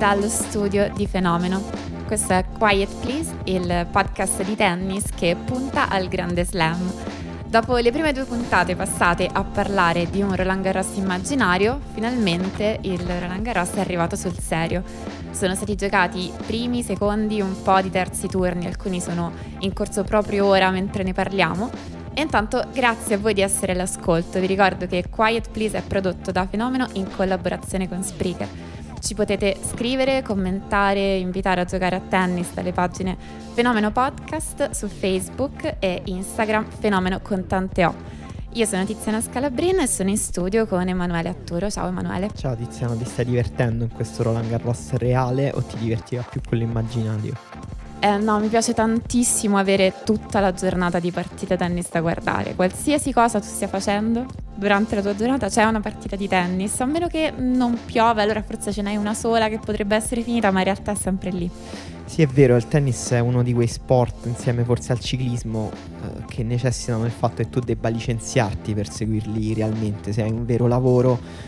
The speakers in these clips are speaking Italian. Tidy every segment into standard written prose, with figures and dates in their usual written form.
dallo studio di Fenomeno. Questo è Quiet Please, il podcast di tennis che punta al grande slam. Dopo le prime 2 puntate passate a parlare di un Roland Garros immaginario, finalmente il Roland Garros è arrivato sul serio. Sono stati giocati primi, secondi, un po' di terzi turni, alcuni sono in corso proprio ora mentre ne parliamo. E intanto grazie a voi di essere all'ascolto. Vi ricordo che Quiet Please è prodotto da Fenomeno in collaborazione con Spreaker. Ci potete scrivere, commentare, invitare a giocare a tennis dalle pagine Fenomeno Podcast su Facebook e Instagram Fenomeno con tante O. Io sono Tiziana Scalabrin e sono in studio con Emanuele Atturo. Ciao Emanuele. Ciao Tiziana, ti stai divertendo in questo Roland Garros reale o ti divertiva più quello immaginario? No, mi piace tantissimo avere tutta la giornata di partite tennis da guardare. Qualsiasi cosa tu stia facendo, durante la tua giornata c'è una partita di tennis, a meno che non piove, allora forse ce n'hai una sola che potrebbe essere finita, ma in realtà è sempre lì. Sì, è vero, il tennis è uno di quei sport, insieme forse al ciclismo, che necessitano del fatto che tu debba licenziarti per seguirli realmente. Se hai un vero lavoro,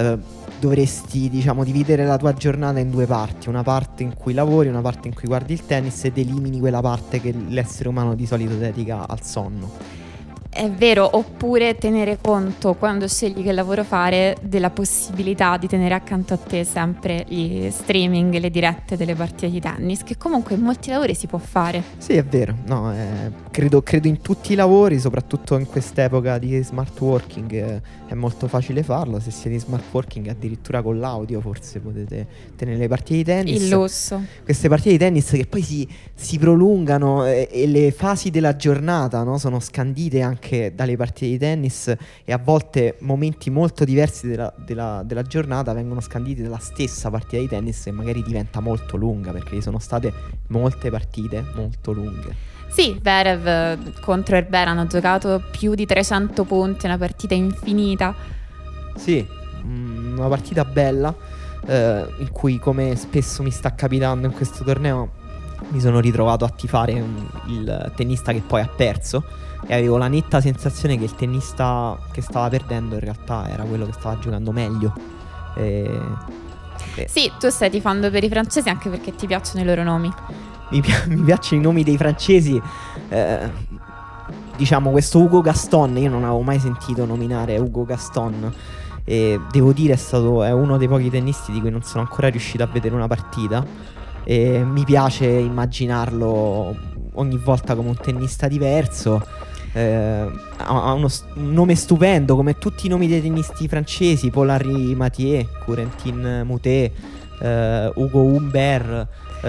dovresti, dividere la tua giornata in 2 parti, una parte in cui lavori, una parte in cui guardi il tennis, ed elimini quella parte che l'essere umano di solito dedica al sonno. È vero, oppure tenere conto, quando scegli che lavoro fare, della possibilità di tenere accanto a te sempre gli streaming, le dirette delle partite di tennis, che comunque in molti lavori si può fare. Sì, è vero, no, credo in tutti i lavori, soprattutto in quest'epoca di smart working, è molto facile farlo. Se siete in smart working, addirittura con l'audio forse potete tenere le partite di tennis. Il lusso. Queste partite di tennis che poi si prolungano, e le fasi della giornata, no, sono scandite anche dalle partite di tennis, e a volte momenti molto diversi della giornata vengono scanditi dalla stessa partita di tennis, e magari diventa molto lunga perché ci sono state molte partite molto lunghe. Sì, Zverev contro Herbert hanno giocato più di 300 punti, una partita infinita. Sì, una partita bella, in cui, come spesso mi sta capitando in questo torneo, mi sono ritrovato a tifare il tennista che poi ha perso, e avevo la netta sensazione che il tennista che stava perdendo in realtà era quello che stava giocando meglio. Sì, tu stai tifando per i francesi anche perché ti piacciono i loro nomi. Mi piacciono i nomi dei francesi. Questo Hugo Gaston, io non avevo mai sentito nominare Hugo Gaston, e devo dire è uno dei pochi tennisti di cui non sono ancora riuscito a vedere una partita, e mi piace immaginarlo ogni volta come un tennista diverso. Ha un nome stupendo, come tutti i nomi dei tennisti francesi: Paul-Henri Mathieu, Corentin Moutet, Hugo Humbert,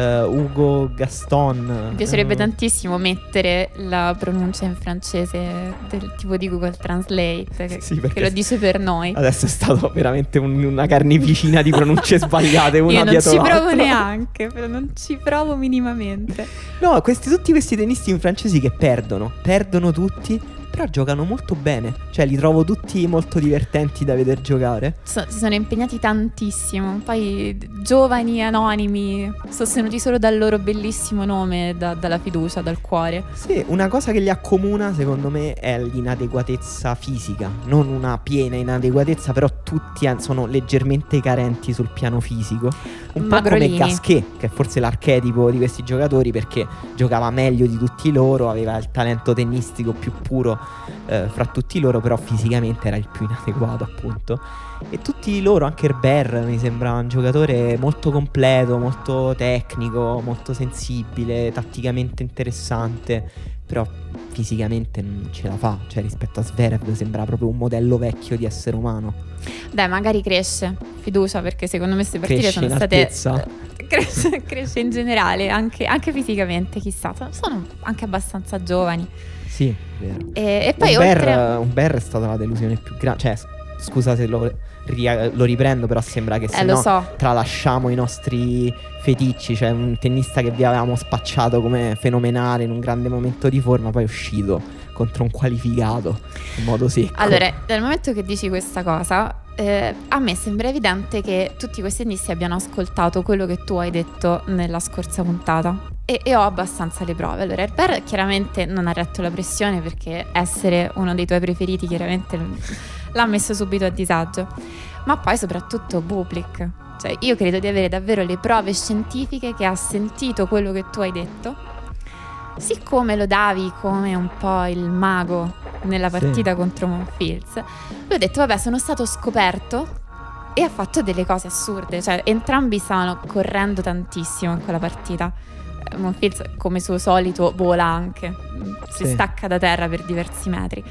Hugo Gaston. Mi piacerebbe tantissimo mettere la pronuncia in francese del tipo di Google Translate, che lo dice per noi. Adesso è stato veramente una carneficina di pronunce sbagliate, una io non dietro ci l'altra. provo neanche, però non ci provo minimamente. No, tutti questi tennisti in francesi che perdono tutti, però giocano molto bene. Cioè li trovo tutti molto divertenti da veder giocare. Si sono impegnati tantissimo. Poi giovani, anonimi, sostenuti solo dal loro bellissimo nome, dalla fiducia, dal cuore. Sì, una cosa che li accomuna secondo me è l'inadeguatezza fisica. Non una piena inadeguatezza, però tutti sono leggermente carenti sul piano fisico. Un Magrolini. po' come Gasquet, che è forse l'archetipo di questi giocatori, perché giocava meglio di tutti loro, aveva il talento tennistico più puro fra tutti loro, però fisicamente era il più inadeguato, appunto. E tutti loro, anche Herbert, mi sembra un giocatore molto completo, molto tecnico, molto sensibile, tatticamente interessante, però fisicamente non ce la fa. Cioè, rispetto a Zverev sembra proprio un modello vecchio di essere umano. Dai, magari cresce, fiducia, perché secono me queste partite Cresce sono in state altezza. Cresce in generale, anche fisicamente, chissà. Sono anche abbastanza giovani. Sì, vero. E poi Humbert è stata la delusione più grande. Cioè, scusa se lo riprendo, però sembra che se no tralasciamo i nostri feticci. Cioè, un tennista che vi avevamo spacciato come fenomenale in un grande momento di forma, poi è uscito contro un qualificato in modo secco. Allora, dal momento che dici questa cosa, a me sembra evidente che tutti questi tennisti abbiano ascoltato quello che tu hai detto nella scorsa puntata, e ho abbastanza le prove. Allora, Herbert chiaramente non ha retto la pressione, perché essere uno dei tuoi preferiti chiaramente l'ha messo subito a disagio. Ma poi soprattutto Bublik, Cioè, io credo di avere davvero le prove scientifiche che ha sentito quello che tu hai detto. Siccome lo davi come un po' il mago nella partita contro Monfils, lui ha detto vabbè, sono stato scoperto, e ha fatto delle cose assurde. Cioè, entrambi stavano correndo tantissimo in quella partita. Monfils, come suo solito, vola anche, si stacca da terra per diversi metri.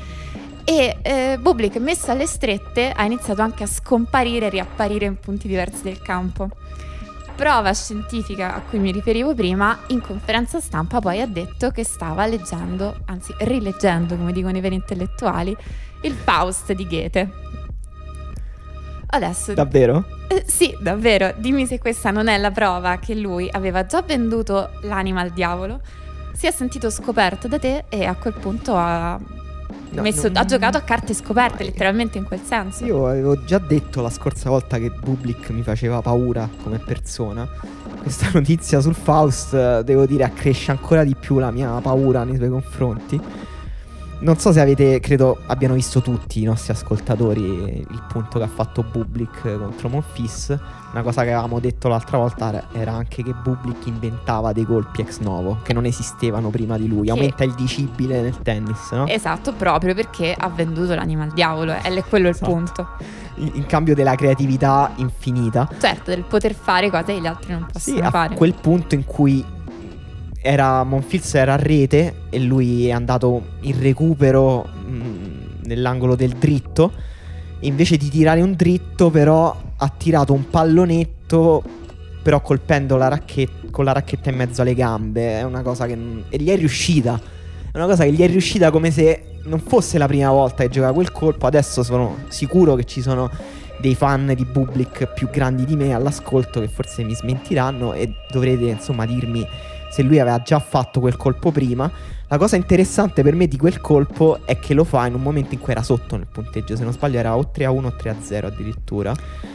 E Bublik, messo alle strette, ha iniziato anche a scomparire e riapparire in punti diversi del campo. Prova scientifica a cui mi riferivo prima, in conferenza stampa poi ha detto che stava leggendo, anzi rileggendo, come dicono i veri intellettuali, il Faust di Goethe. Adesso, davvero? Sì, davvero. Dimmi se questa non è la prova che lui aveva già venduto l'anima al diavolo, si è sentito scoperto da te e a quel punto ha giocato a carte scoperte, letteralmente in quel senso. Io avevo già detto la scorsa volta che Bublik mi faceva paura come persona. Questa notizia sul Faust, devo dire, accresce ancora di più la mia paura nei suoi confronti. Non so se credo abbiano visto tutti i nostri ascoltatori il punto che ha fatto Bublik contro Monfils. Una cosa che avevamo detto l'altra volta era anche che Bublik inventava dei colpi ex novo che non esistevano prima di lui. Aumenta il dicibile nel tennis, no? Esatto, proprio perché ha venduto l'anima al diavolo, è quello il punto. In cambio della creatività infinita. Certo, del poter fare cose che gli altri non possono fare. A quel punto in cui Monfils era a rete e lui è andato in recupero nell'angolo del dritto, e invece di tirare un dritto però ha tirato un pallonetto, però colpendo con la racchetta in mezzo alle gambe. È una cosa che e gli è riuscita. È una cosa che gli è riuscita come se non fosse la prima volta che giocava quel colpo. Adesso sono sicuro che ci sono dei fan di Bublik più grandi di me all'ascolto che forse mi smentiranno e dovrete insomma dirmi se lui aveva già fatto quel colpo prima. La cosa interessante per me di quel colpo è che lo fa in un momento in cui era sotto nel punteggio, se non sbaglio era o 3-1 o 3-0 addirittura.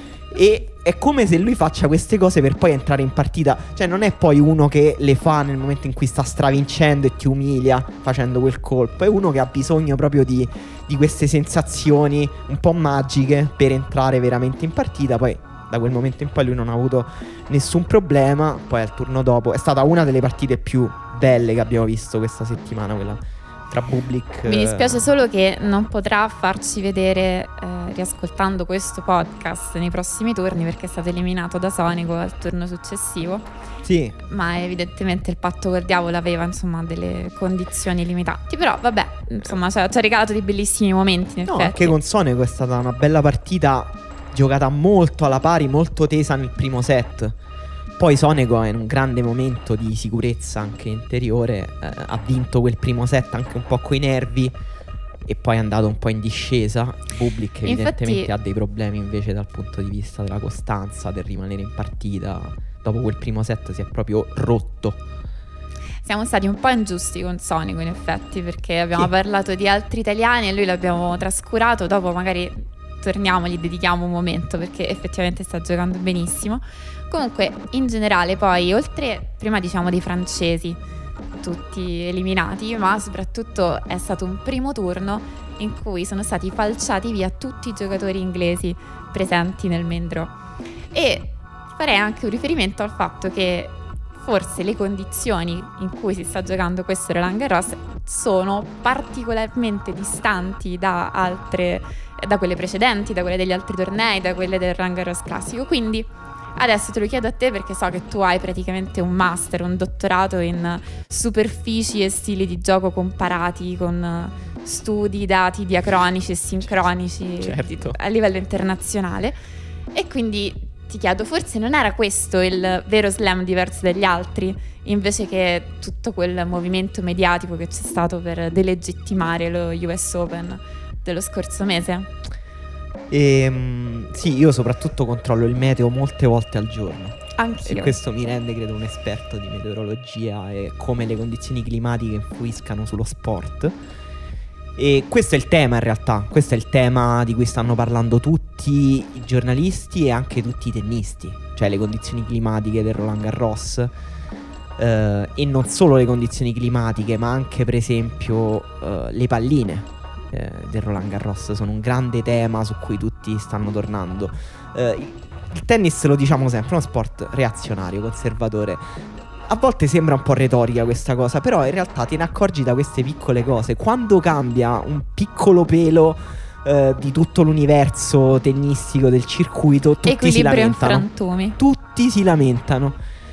E è come se lui faccia queste cose per poi entrare in partita. Cioè non è poi uno che le fa nel momento in cui sta stravincendo e ti umilia facendo quel colpo. È uno che ha bisogno proprio di queste sensazioni un po' magiche per entrare veramente in partita. Poi da quel momento in poi lui non ha avuto nessun problema. Poi al turno dopo è stata una delle partite più belle che abbiamo visto questa settimana, quella tra Bublik. Mi dispiace solo che non potrà farci vedere riascoltando questo podcast nei prossimi turni, perché è stato eliminato da Sonico al turno successivo. Sì. Ma evidentemente il patto col diavolo aveva insomma delle condizioni limitanti. Però vabbè, insomma ci ha regalato dei bellissimi momenti in effetti. Anche con Sonico è stata una bella partita, giocata molto alla pari, molto tesa nel primo set. Poi Sonego è in un grande momento di sicurezza anche interiore, ha vinto quel primo set anche un po' coi nervi e poi è andato un po' in discesa. Bublik evidentemente ha dei problemi invece dal punto di vista della costanza, del rimanere in partita. Dopo quel primo set si è proprio rotto. Siamo stati un po' ingiusti con Sonico in effetti, perché abbiamo parlato di altri italiani e lui l'abbiamo trascurato. Dopo magari torniamo, gli dedichiamo un momento, perché effettivamente sta giocando benissimo. Comunque in generale poi, oltre, prima diciamo dei francesi tutti eliminati, ma soprattutto è stato un primo turno in cui sono stati falciati via tutti i giocatori inglesi presenti nel main draw. E farei anche un riferimento al fatto che forse le condizioni in cui si sta giocando questo Roland Garros sono particolarmente distanti da quelle precedenti, da quelle degli altri tornei, da quelle del Roland Garros classico. Quindi adesso te lo chiedo a te, perché so che tu hai praticamente un master, un dottorato in superfici e stili di gioco comparati, con studi, dati diacronici e sincronici, certo, a livello internazionale. E quindi ti chiedo, forse non era questo il vero slam diverso dagli altri, invece che tutto quel movimento mediatico che c'è stato per delegittimare lo US Open dello scorso mese? Sì, io soprattutto controllo il meteo molte volte al giorno. Anch'io. E questo mi rende, credo, un esperto di meteorologia e come le condizioni climatiche influiscano sullo sport. E questo è il tema in realtà, questo è il tema di cui stanno parlando tutti i giornalisti e anche tutti i tennisti. Cioè le condizioni climatiche del Roland Garros, e non solo le condizioni climatiche, ma anche per esempio le palline del Roland Garros sono un grande tema su cui tutti stanno tornando. il tennis, lo diciamo sempre, è uno sport reazionario, conservatore. A volte sembra un po' retorica questa cosa, però in realtà te ne accorgi da queste piccole cose. Quando cambia un piccolo pelo di tutto l'universo tennistico del circuito, tutti si lamentano. In frantumi. Tutti si lamentano.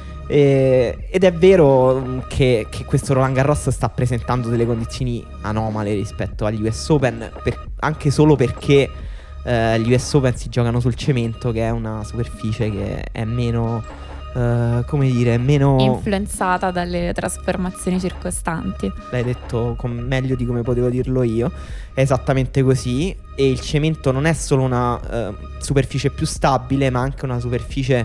Ed è vero che questo Roland Garros sta presentando delle condizioni anomale rispetto agli US Open, anche solo perché gli US Open si giocano sul cemento, che è una superficie che è meno, come dire, meno influenzata dalle trasformazioni circostanti. L'hai detto meglio di come potevo dirlo io. È esattamente così. E il cemento non è solo una superficie più stabile, ma anche una superficie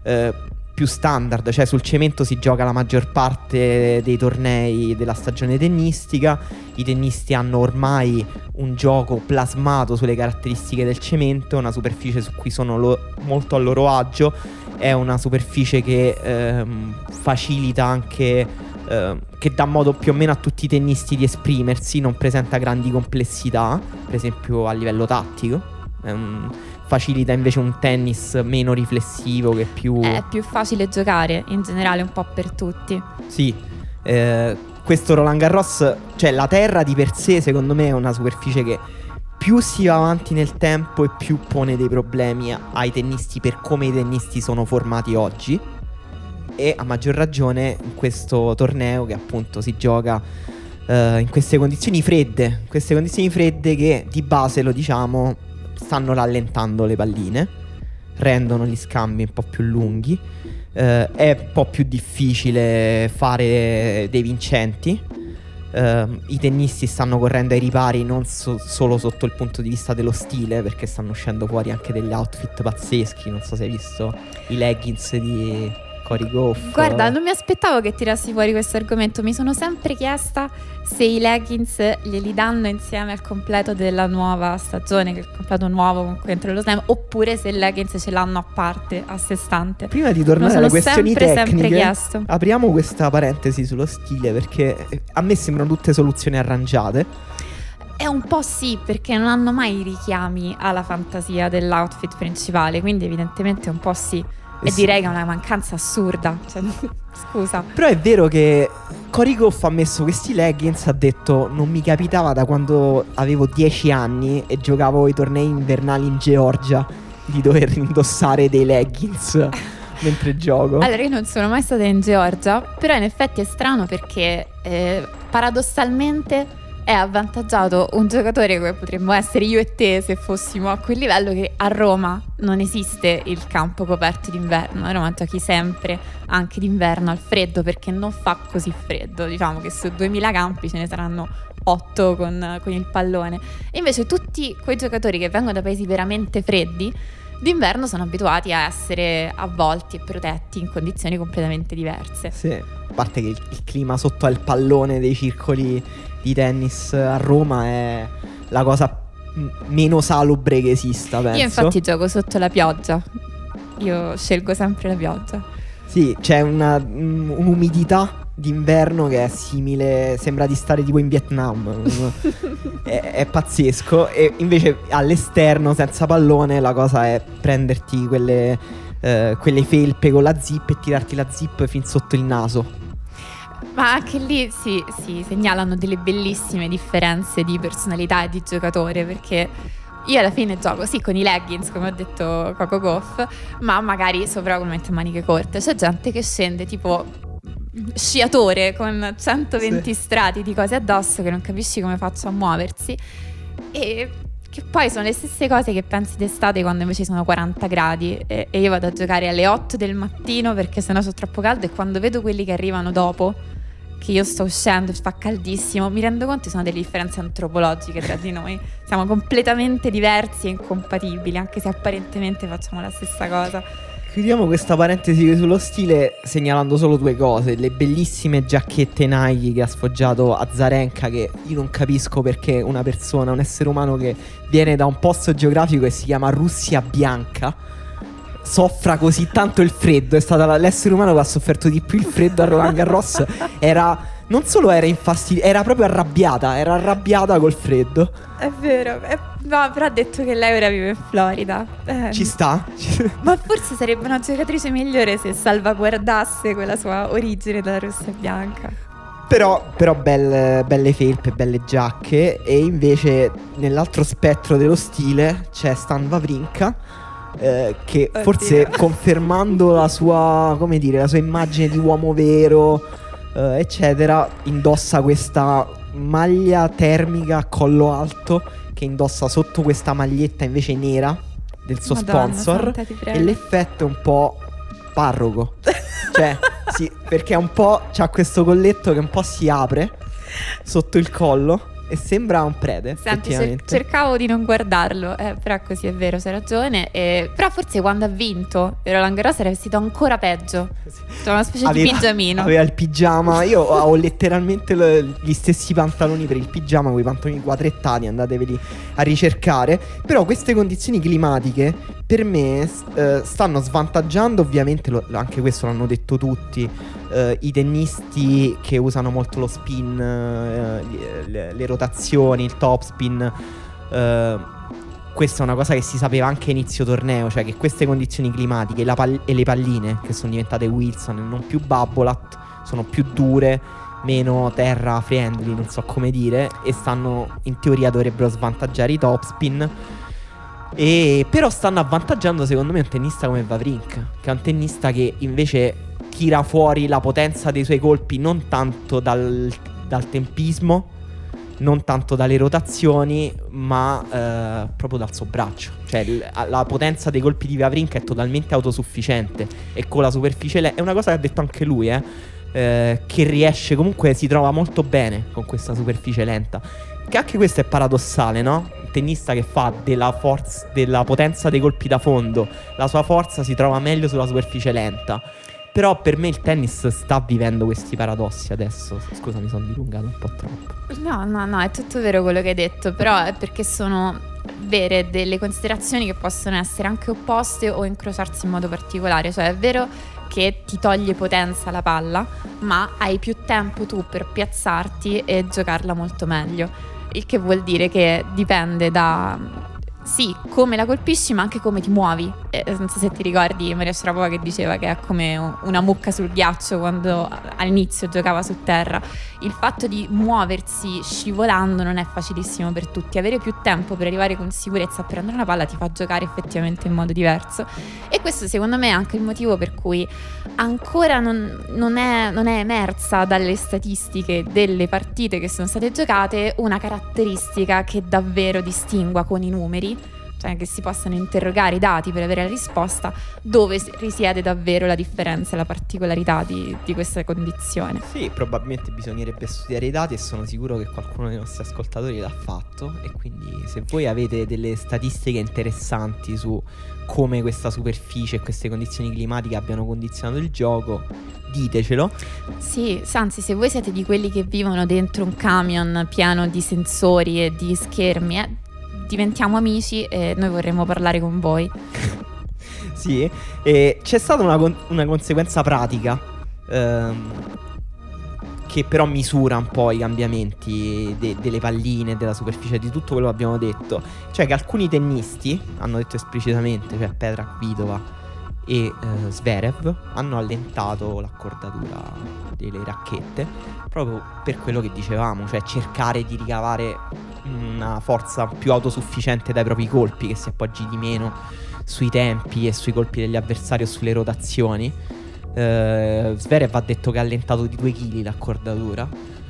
più standard. Cioè sul cemento si gioca la maggior parte dei tornei della stagione tennistica. I tennisti hanno ormai un gioco plasmato sulle caratteristiche del cemento, una superficie su cui sono molto a loro agio. È una superficie che facilita anche, che dà modo più o meno a tutti i tennisti di esprimersi, non presenta grandi complessità, per esempio a livello tattico. Facilita invece un tennis meno riflessivo, che è più facile giocare in generale un po' per tutti. Sì, questo Roland Garros, cioè la terra di per sé secondo me è una superficie che più si va avanti nel tempo e più pone dei problemi ai tennisti per come i tennisti sono formati oggi. E a maggior ragione in questo torneo che appunto si gioca in queste condizioni fredde. Queste condizioni fredde che di base, lo diciamo, stanno rallentando le palline, rendono gli scambi un po' più lunghi, è un po' più difficile fare dei vincenti. I tennisti stanno correndo ai ripari non solo sotto il punto di vista dello stile, perché stanno uscendo fuori anche degli outfit pazzeschi. Non so se hai visto i leggings di Cory Gauff. Guarda, non mi aspettavo che tirassi fuori questo argomento. Mi sono sempre chiesta se i leggings glieli danno insieme al completo della nuova stagione, che è il completo nuovo con cui entra lo slam, oppure se i leggings ce l'hanno a parte, a sé stante. Prima di tornare alle questioni sempre tecniche, apriamo questa parentesi sullo stile, perché a me sembrano tutte soluzioni arrangiate. È un po' sì, perché non hanno mai richiami alla fantasia dell'outfit principale, quindi evidentemente un po' sì. E sì, direi che è una mancanza assurda, cioè, scusa. Però è vero che Cory Gauff ha messo questi leggings, ha detto: non mi capitava da quando avevo 10 anni e giocavo i tornei invernali in Georgia di dover indossare dei leggings mentre gioco. Allora, io non sono mai stata in Georgia, però in effetti è strano perché paradossalmente è avvantaggiato un giocatore come potremmo essere io e te se fossimo a quel livello, che a Roma non esiste il campo coperto d'inverno. A Roma giochi sempre anche d'inverno al freddo, perché non fa così freddo. Diciamo che su 2000 campi ce ne saranno 8 con il pallone. E invece tutti quei giocatori che vengono da paesi veramente freddi d'inverno sono abituati a essere avvolti e protetti in condizioni completamente diverse. Sì, a parte che il clima sotto al pallone dei circoli di tennis a Roma è la cosa meno salubre che esista, penso. Io infatti gioco sotto la pioggia. Io scelgo sempre la pioggia. Sì, c'è un'umidità d'inverno che è simile, sembra di stare tipo in Vietnam. è pazzesco. E invece all'esterno, senza pallone, la cosa è prenderti quelle felpe con la zip e tirarti la zip fin sotto il naso. Ma anche lì si segnalano delle bellissime differenze di personalità e di giocatore, perché io alla fine gioco sì con i leggings, come ha detto Coco Gauff, ma magari sopra a maniche corte. C'è gente che scende tipo sciatore con 120 strati di cose addosso, che non capisci come faccia a muoversi, e che poi sono le stesse cose che pensi d'estate quando invece sono 40 gradi e io vado a giocare alle 8 del mattino perché sennò sono troppo caldo, e quando vedo quelli che arrivano dopo, che io sto uscendo e fa caldissimo, mi rendo conto che sono delle differenze antropologiche tra di noi. Siamo completamente diversi e incompatibili, anche se apparentemente facciamo la stessa cosa. Chiudiamo questa parentesi sullo stile segnalando solo due cose: le bellissime giacchette Nike che ha sfoggiato Azarenka, che io non capisco perché una persona, un essere umano che viene da un posto geografico che si chiama Russia bianca, soffra così tanto il freddo. È stato l'essere umano che ha sofferto di più il freddo a Roland Garros. Era non solo era infastidita, era proprio arrabbiata. Era arrabbiata col freddo. È vero. No, però ha detto che lei ora vive in Florida. Ci sta? Ma forse sarebbe una giocatrice migliore se salvaguardasse quella sua origine dalla rossa e bianca. Però belle felpe, belle giacche. E invece nell'altro spettro dello stile c'è Stan Wawrinka, che Oddio. forse confermando la sua, come dire, la sua immagine di uomo vero, eccetera, indossa questa maglia termica a collo alto, che indossa sotto questa maglietta invece nera del suo Madonna sponsor. santa, ti prego. E l'effetto è un po' parroco. Cioè, sì, perché è un po', c'ha questo colletto che un po' si apre sotto il collo e sembra un prede. Senti, effettivamente. cercavo di non guardarlo, però così è vero, c'hai ragione. Però forse quando ha vinto Roland Garros era vestito ancora peggio. C'era una specie di pigiamino. Aveva il pigiama. Io ho letteralmente gli stessi pantaloni per il pigiama, quei pantaloni quadrettati, andateveli a ricercare. Però queste condizioni climatiche per me stanno svantaggiando, ovviamente, anche questo l'hanno detto tutti, i tennisti che usano molto lo spin, le rotazioni, il topspin. Questa è una cosa che si sapeva anche a inizio torneo, cioè che queste condizioni climatiche e le palline, che sono diventate Wilson e non più Babolat, sono più dure, meno terra friendly, non so come dire, e in teoria dovrebbero svantaggiare i topspin. E però stanno avvantaggiando secondo me un tennista come Wawrinka, che è un tennista che invece tira fuori la potenza dei suoi colpi non tanto dal tempismo, non tanto dalle rotazioni, ma proprio dal suo braccio. Cioè la potenza dei colpi di Wawrinka è totalmente autosufficiente, e con la superficie è una cosa che ha detto anche lui, che riesce, comunque si trova molto bene con questa superficie lenta. Che anche questo è paradossale, no? Un tennista che fa della potenza dei colpi da fondo la sua forza, si trova meglio sulla superficie lenta. Però per me il tennis sta vivendo questi paradossi adesso. Scusa, mi sono dilungato un po' troppo. No, è tutto vero quello che hai detto, però è perché sono vere delle considerazioni che possono essere anche opposte o incrociarsi in modo particolare. Cioè è vero che ti toglie potenza la palla, ma hai più tempo tu per piazzarti e giocarla molto meglio. Il che vuol dire che dipende da... sì, come la colpisci, ma anche come ti muovi. Non so se ti ricordi Maria Sharapova che diceva che è come una mucca sul ghiaccio quando all'inizio giocava su terra. Il fatto di muoversi scivolando non è facilissimo per tutti. Avere più tempo per arrivare con sicurezza a prendere una palla ti fa giocare effettivamente in modo diverso. E questo secondo me è anche il motivo per cui ancora non è emersa dalle statistiche delle partite che sono state giocate una caratteristica che davvero distingua con i numeri, cioè che si possano interrogare i dati per avere la risposta, dove risiede davvero la differenza e la particolarità di questa condizione. Sì, probabilmente bisognerebbe studiare i dati, e sono sicuro che qualcuno dei nostri ascoltatori l'ha fatto. E quindi se voi avete delle statistiche interessanti su come questa superficie e queste condizioni climatiche abbiano condizionato il gioco, ditecelo. Sì, anzi, se voi siete di quelli che vivono dentro un camion pieno di sensori e di schermi, diventiamo amici e noi vorremmo parlare con voi. Sì, e c'è stata una conseguenza pratica, che però misura un po' i cambiamenti delle palline, della superficie, di tutto quello che abbiamo detto. Cioè che alcuni tennisti hanno detto esplicitamente, cioè Petra Kvitova e Zverev, hanno allentato l'accordatura delle racchette proprio per quello che dicevamo, cioè cercare di ricavare una forza più autosufficiente dai propri colpi, che si appoggi di meno sui tempi e sui colpi degli avversari o sulle rotazioni. Zverev ha detto che ha allentato di 2 kg l'accordatura,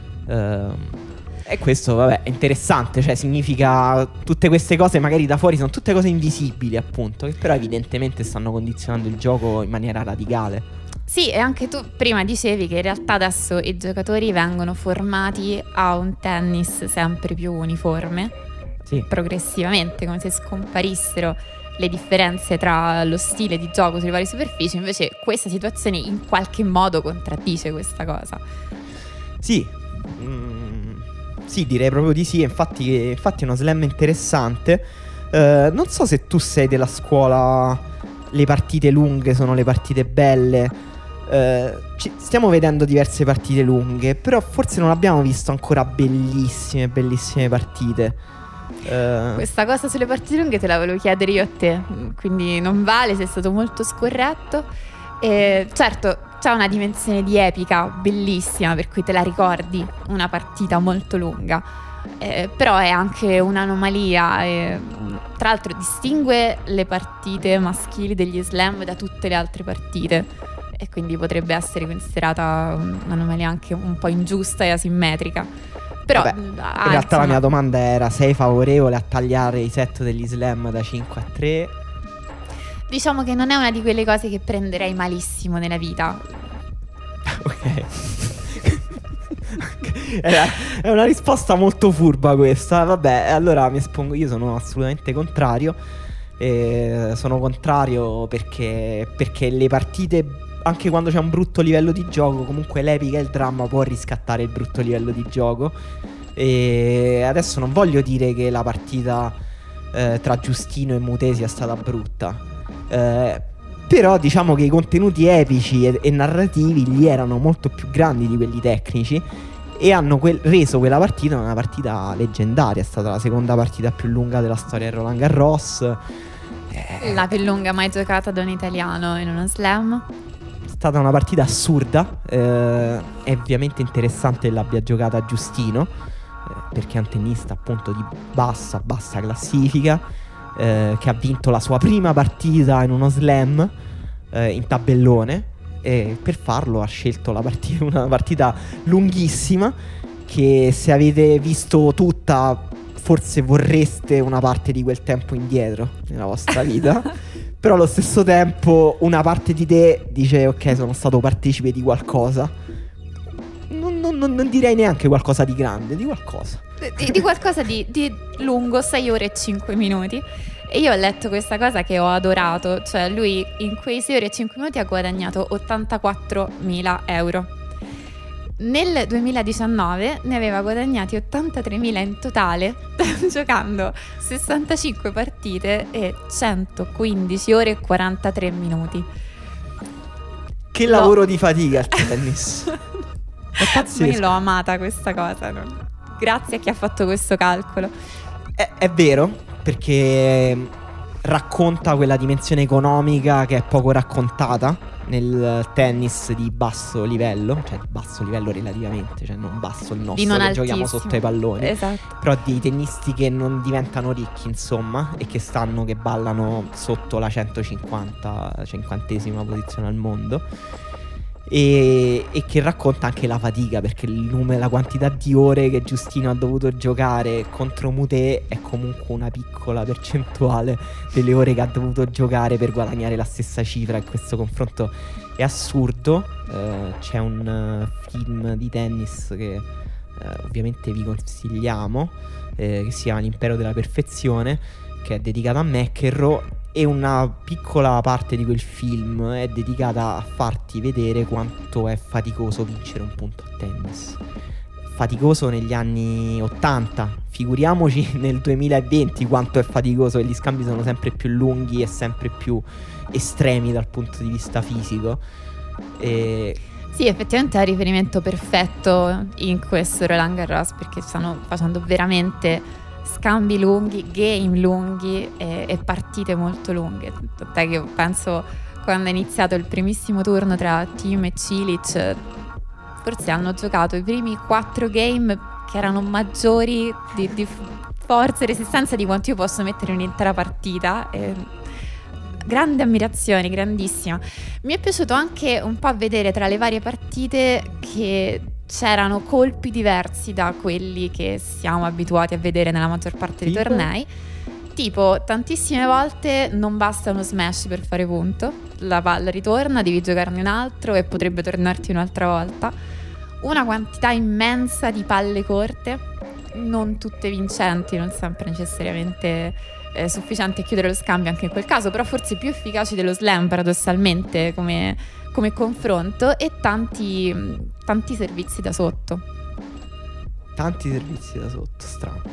e questo vabbè è interessante, cioè significa tutte queste cose magari da fuori sono tutte cose invisibili, appunto, che però evidentemente stanno condizionando il gioco in maniera radicale. Sì, e anche tu prima dicevi che in realtà adesso i giocatori vengono formati a un tennis sempre più uniforme, Sì. progressivamente, come se scomparissero le differenze tra lo stile di gioco sulle varie superfici. Invece questa situazione in qualche modo contraddice questa cosa. Sì, sì, direi proprio di sì. Infatti è uno slam interessante. Non so se tu sei della scuola le partite lunghe sono le partite belle. Stiamo vedendo diverse partite lunghe, però forse non abbiamo visto ancora bellissime partite. Questa cosa sulle partite lunghe te la volevo chiedere io a te, quindi non vale, sei stato molto scorretto. Certo, c'è una dimensione di epica bellissima, per cui te la ricordi una partita molto lunga, però è anche un'anomalia, tra l'altro distingue le partite maschili degli slam da tutte le altre partite, e quindi potrebbe essere considerata un'anomalia anche un po' ingiusta e asimmetrica. Però vabbè, in realtà la mia domanda era: sei favorevole a tagliare i set degli slam da 5 a 3? Diciamo che non è una di quelle cose che prenderei malissimo nella vita. Ok. È una risposta molto furba questa. Vabbè, allora mi espongo. Io sono assolutamente contrario. Sono contrario perché le partite, anche quando c'è un brutto livello di gioco, comunque l'epica e il dramma può riscattare il brutto livello di gioco. E adesso non voglio dire che la partita tra Giustino e Mutesi sia stata brutta, però diciamo che i contenuti epici e narrativi gli erano molto più grandi di quelli tecnici, e hanno reso quella partita una partita leggendaria. È stata la seconda partita più lunga della storia del Roland Garros, la più lunga mai giocata da un italiano in uno slam. È stata una partita assurda. È ovviamente interessante che l'abbia giocata Giustino, perché è un tennista appunto di bassa classifica, che ha vinto la sua prima partita in uno slam in tabellone, e per farlo ha scelto una partita lunghissima, che se avete visto tutta forse vorreste una parte di quel tempo indietro nella vostra vita. Però allo stesso tempo una parte di te dice: ok, sono stato partecipe di qualcosa. Non direi neanche qualcosa di grande, di qualcosa. Di qualcosa di lungo, 6 ore e 5 minuti. E io ho letto questa cosa che ho adorato. Cioè lui in quei 6 ore e 5 minuti ha guadagnato 84.000 euro. Nel 2019 ne aveva guadagnati 83.000 in totale, giocando 65 partite e 115 ore e 43 minuti. Che lavoro di fatica il tennis. Ma io l'ho amata questa cosa, no? Grazie a chi ha fatto questo calcolo. È vero, perché racconta quella dimensione economica che è poco raccontata nel tennis di basso livello, cioè basso livello relativamente, cioè non basso il nostro che giochiamo sotto i palloni, esatto. Però di tennisti che non diventano ricchi, insomma, e che ballano sotto la 150esima posizione al mondo. E che racconta anche la fatica, perché la quantità di ore che Giustino ha dovuto giocare contro Moutet è comunque una piccola percentuale delle ore che ha dovuto giocare per guadagnare la stessa cifra. E questo confronto è assurdo. C'è un film di tennis che ovviamente vi consigliamo, che si chiama L'impero della perfezione, che è dedicato a McEnroe, e una piccola parte di quel film è dedicata a farti vedere quanto è faticoso vincere un punto a tennis. Faticoso negli anni 80, figuriamoci nel 2020 quanto è faticoso, e gli scambi sono sempre più lunghi e sempre più estremi dal punto di vista fisico. Sì, effettivamente è un riferimento perfetto in questo Roland Garros, perché stanno facendo veramente scambi lunghi, game lunghi e partite molto lunghe. Tant'è che io penso, quando è iniziato il primissimo turno tra Thiem e Cilic, forse hanno giocato i primi 4 game che erano maggiori di forza e resistenza di quanto io posso mettere in un'intera partita. Grande ammirazione, grandissima. Mi è piaciuto anche un po' vedere tra le varie partite che c'erano colpi diversi da quelli che siamo abituati a vedere nella maggior parte dei tornei. Tipo, tantissime volte non basta uno smash per fare punto, la palla ritorna, devi giocarne un altro e potrebbe tornarti un'altra volta. Una quantità immensa di palle corte, non tutte vincenti, non sempre necessariamente sufficienti a chiudere lo scambio anche in quel caso, però forse più efficaci dello slam paradossalmente come confronto, e tanti servizi da sotto. Tanti servizi da sotto, strano.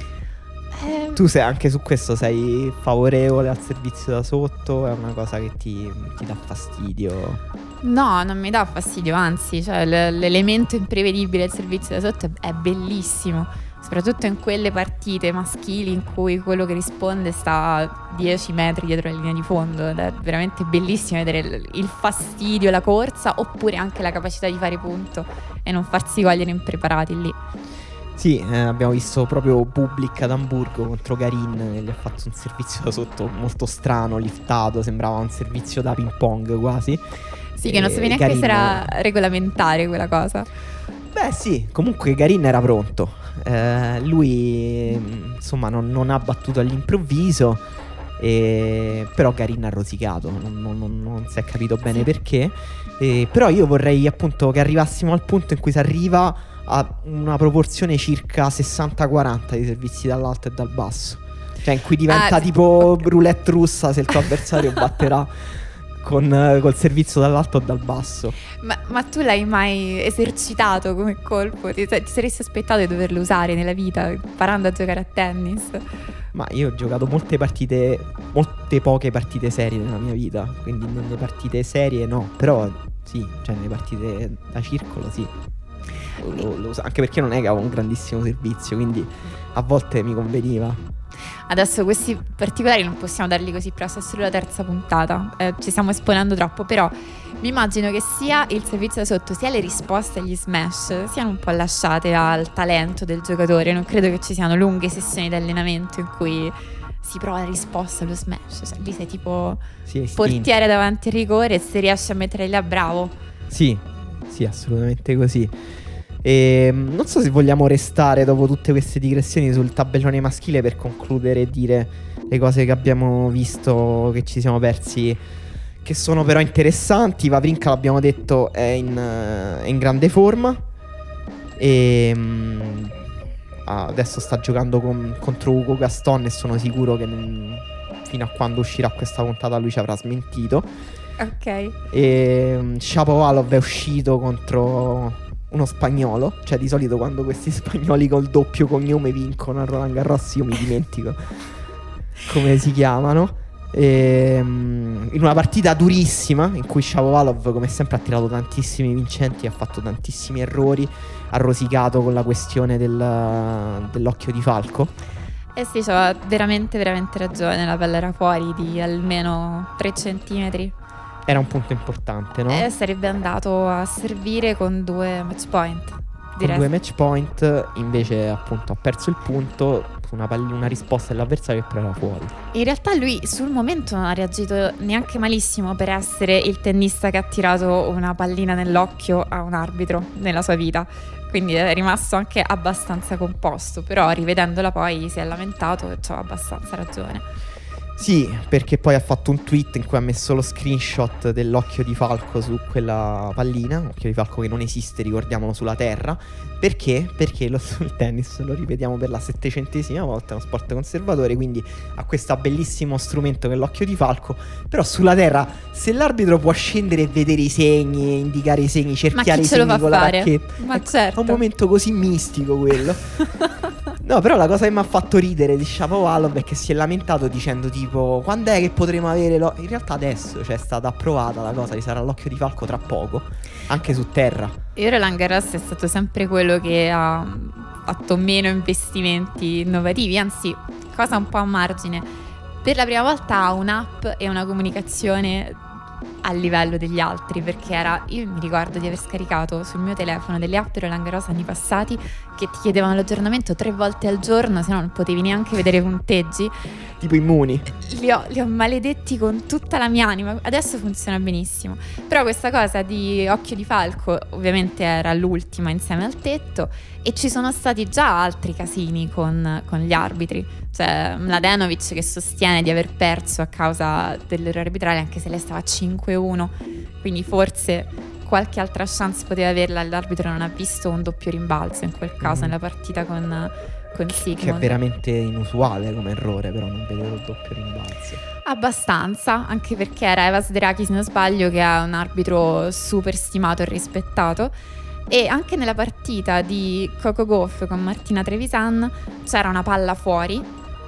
Tu sei anche su questo, sei favorevole al servizio da sotto? È una cosa che ti dà fastidio? No, non mi dà fastidio, anzi, cioè l'elemento imprevedibile del servizio da sotto è bellissimo, soprattutto in quelle partite maschili in cui quello che risponde sta a 10 metri dietro la linea di fondo, ed è veramente bellissimo vedere il fastidio, la corsa, oppure anche la capacità di fare punto e non farsi cogliere impreparati lì. Sì, abbiamo visto proprio Bublik ad Amburgo contro Garin, che gli ha fatto un servizio da sotto molto strano, liftato, sembrava un servizio da ping pong quasi. Sì, che non sapevi neanche se era regolamentare quella cosa. Beh sì, comunque Garin era pronto. Lui insomma non ha battuto all'improvviso, però Garin ha rosicato, non si è capito bene perché. Però io vorrei appunto che arrivassimo al punto in cui si arriva a una proporzione circa 60-40 di servizi dall'alto e dal basso. Cioè in cui diventa tipo roulette russa se il tuo avversario batterà col servizio dall'alto o dal basso. Ma tu l'hai mai esercitato come colpo? Ti saresti aspettato di doverlo usare nella vita, imparando a giocare a tennis? Ma io ho giocato molte poche partite serie nella mia vita, quindi nelle partite serie no, però sì, cioè nelle partite da circolo sì. Lo uso, anche perché non è che avevo un grandissimo servizio, quindi a volte mi conveniva. Adesso questi particolari non possiamo darli così presto, è solo la terza puntata, ci stiamo esponendo troppo, però mi immagino che sia il servizio da sotto sia le risposte agli smash siano un po' lasciate al talento del giocatore. Non credo che ci siano lunghe sessioni di allenamento in cui si prova la risposta allo smash, cioè, lì sei tipo portiere davanti al rigore e se riesci a mettere là bravo. Sì, assolutamente così. E non so se vogliamo restare dopo tutte queste digressioni sul tabellone maschile per concludere e dire le cose che abbiamo visto, che ci siamo persi, che sono però interessanti. Wawrinka, l'abbiamo detto, è in grande forma e adesso sta giocando contro Hugo Gaston e sono sicuro che fino a quando uscirà questa puntata lui ci avrà smentito. Ok. E Shapovalov è uscito contro uno spagnolo, cioè di solito quando questi spagnoli col doppio cognome vincono a Roland Garros io mi dimentico come si chiamano. In una partita durissima in cui Shapovalov come sempre ha tirato tantissimi vincenti, ha fatto tantissimi errori, ha rosicato con la questione dell'occhio di falco. Eh sì, c'aveva veramente veramente ragione, la pelle era fuori di almeno 3 centimetri. Era un punto importante, no? Sarebbe andato a servire con 2 match point. Con 2 match point, invece appunto ha perso il punto su una risposta dell'avversario che però era fuori. In realtà lui sul momento non ha reagito neanche malissimo per essere il tennista che ha tirato una pallina nell'occhio a un arbitro nella sua vita. Quindi è rimasto anche abbastanza composto, però rivedendola poi si è lamentato e c'ha abbastanza ragione. Sì, perché poi ha fatto un tweet in cui ha messo lo screenshot dell'occhio di falco su quella pallina, occhio di falco che non esiste, ricordiamolo, sulla terra. Perché? Perché il tennis, lo ripetiamo per la 700esima volta, è uno sport conservatore, quindi ha questo bellissimo strumento che è l'occhio di falco, però sulla terra se l'arbitro può scendere e vedere i segni, indicare i segni, cerchiare i segni con la racchetta, ma certo, è un momento così mistico quello. No, però la cosa che mi ha fatto ridere di Shapovalov è che si è lamentato dicendo tipo quando è che potremo avere in realtà adesso, cioè è stata approvata la cosa, ci sarà l'occhio di falco tra poco, anche su terra. E Roland Garros è stato sempre quello che ha fatto meno investimenti innovativi, anzi, cosa un po' a margine, per la prima volta ha un'app e una comunicazione a livello degli altri, perché io mi ricordo di aver scaricato sul mio telefono delle app di Roland Garros anni passati che ti chiedevano l'aggiornamento 3 volte al giorno, se no non potevi neanche vedere i punteggi. Tipo Immuni. Li ho maledetti con tutta la mia anima. Adesso funziona benissimo. Però questa cosa di occhio di falco ovviamente era l'ultima insieme al tetto, e ci sono stati già altri casini con gli arbitri. C'è Mladenovic che sostiene di aver perso a causa dell'errore arbitrale, anche se lei stava a 5-1, quindi forse qualche altra chance poteva averla. L'arbitro non ha visto un doppio rimbalzo in quel caso nella partita con Sigmund, che è veramente inusuale come errore, però non vedevo il doppio rimbalzo. Abbastanza, anche perché era Eva Sderaki, se non sbaglio, che è un arbitro super stimato e rispettato. E anche nella partita di Coco Gauff con Martina Trevisan c'era una palla fuori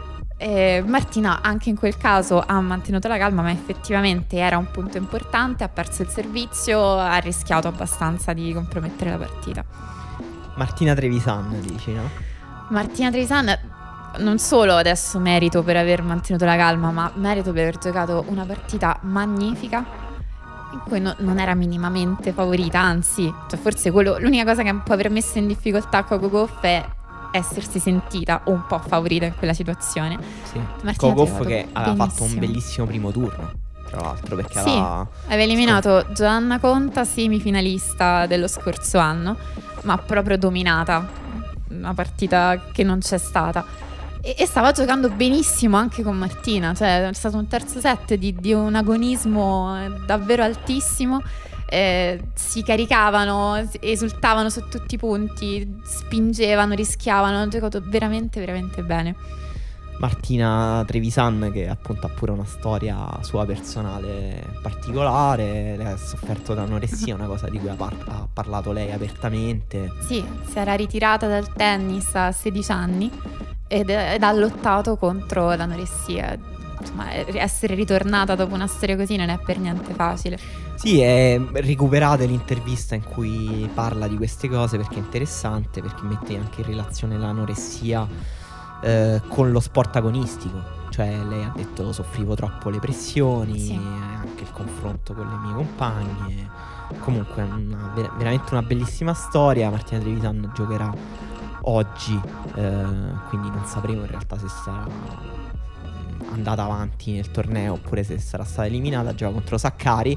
Martina anche in quel caso ha mantenuto la calma, ma effettivamente era un punto importante, ha perso il servizio, ha rischiato abbastanza di compromettere la partita. Martina Trevisan, dici, no? Martina Trevisan non solo adesso merito per aver mantenuto la calma, ma merito per aver giocato una partita magnifica in cui non era minimamente favorita, anzi, cioè forse l'unica cosa che può aver messo in difficoltà Coco Gauff è essersi sentita un po' favorita in quella situazione. Sì. Coco Gauff che aveva fatto un bellissimo primo turno, tra l'altro, perché aveva eliminato Joanna Konta, semifinalista dello scorso anno, ma proprio dominata, una partita che non c'è stata, e stava giocando benissimo anche con Martina, cioè è stato un terzo set di un agonismo davvero altissimo. Si caricavano, esultavano su tutti i punti, spingevano, rischiavano, hanno giocato veramente veramente bene. Martina Trevisan, che appunto ha pure una storia sua personale particolare, lei ha sofferto da anoressia, una cosa di cui ha parlato lei apertamente. Sì, si era ritirata dal tennis a 16 anni ed ha lottato contro l'anoressia. Insomma, essere ritornata dopo una storia così non è per niente facile. Sì, recuperate l'intervista in cui parla di queste cose, perché è interessante, perché mette anche in relazione l'anoressia con lo sport agonistico. Cioè lei ha detto: soffrivo troppo le pressioni, sì, anche il confronto con le mie compagne. Comunque veramente una bellissima storia. Martina Trevisan giocherà oggi, quindi non sapremo in realtà se sarà andata avanti nel torneo oppure se sarà stata eliminata. Gioca contro Sakkari,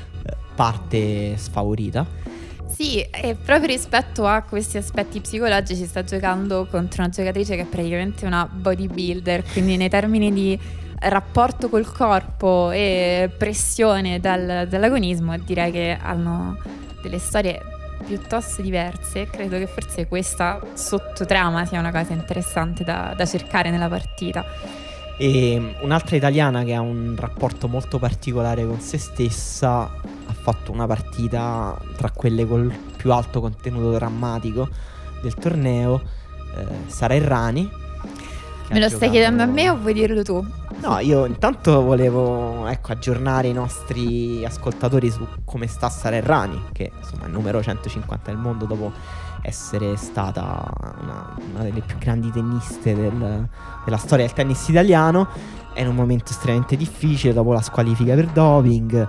parte sfavorita. Sì, e proprio rispetto a questi aspetti psicologici sta giocando contro una giocatrice che è praticamente una bodybuilder, quindi nei termini di rapporto col corpo e pressione dall'agonismo direi che hanno delle storie piuttosto diverse. Credo che forse questa sottotrama sia una cosa interessante da cercare nella partita. E un'altra italiana che ha un rapporto molto particolare con se stessa, ha fatto una partita tra quelle col più alto contenuto drammatico del torneo, Sara Errani. Me lo stai chiedendo a me o vuoi dirlo tu? No, io intanto volevo aggiornare i nostri ascoltatori su come sta Sara Errani, che insomma è il numero 150 del mondo dopo essere stata una delle più grandi tenniste della storia del tennis italiano. È in un momento estremamente difficile dopo la squalifica per doping.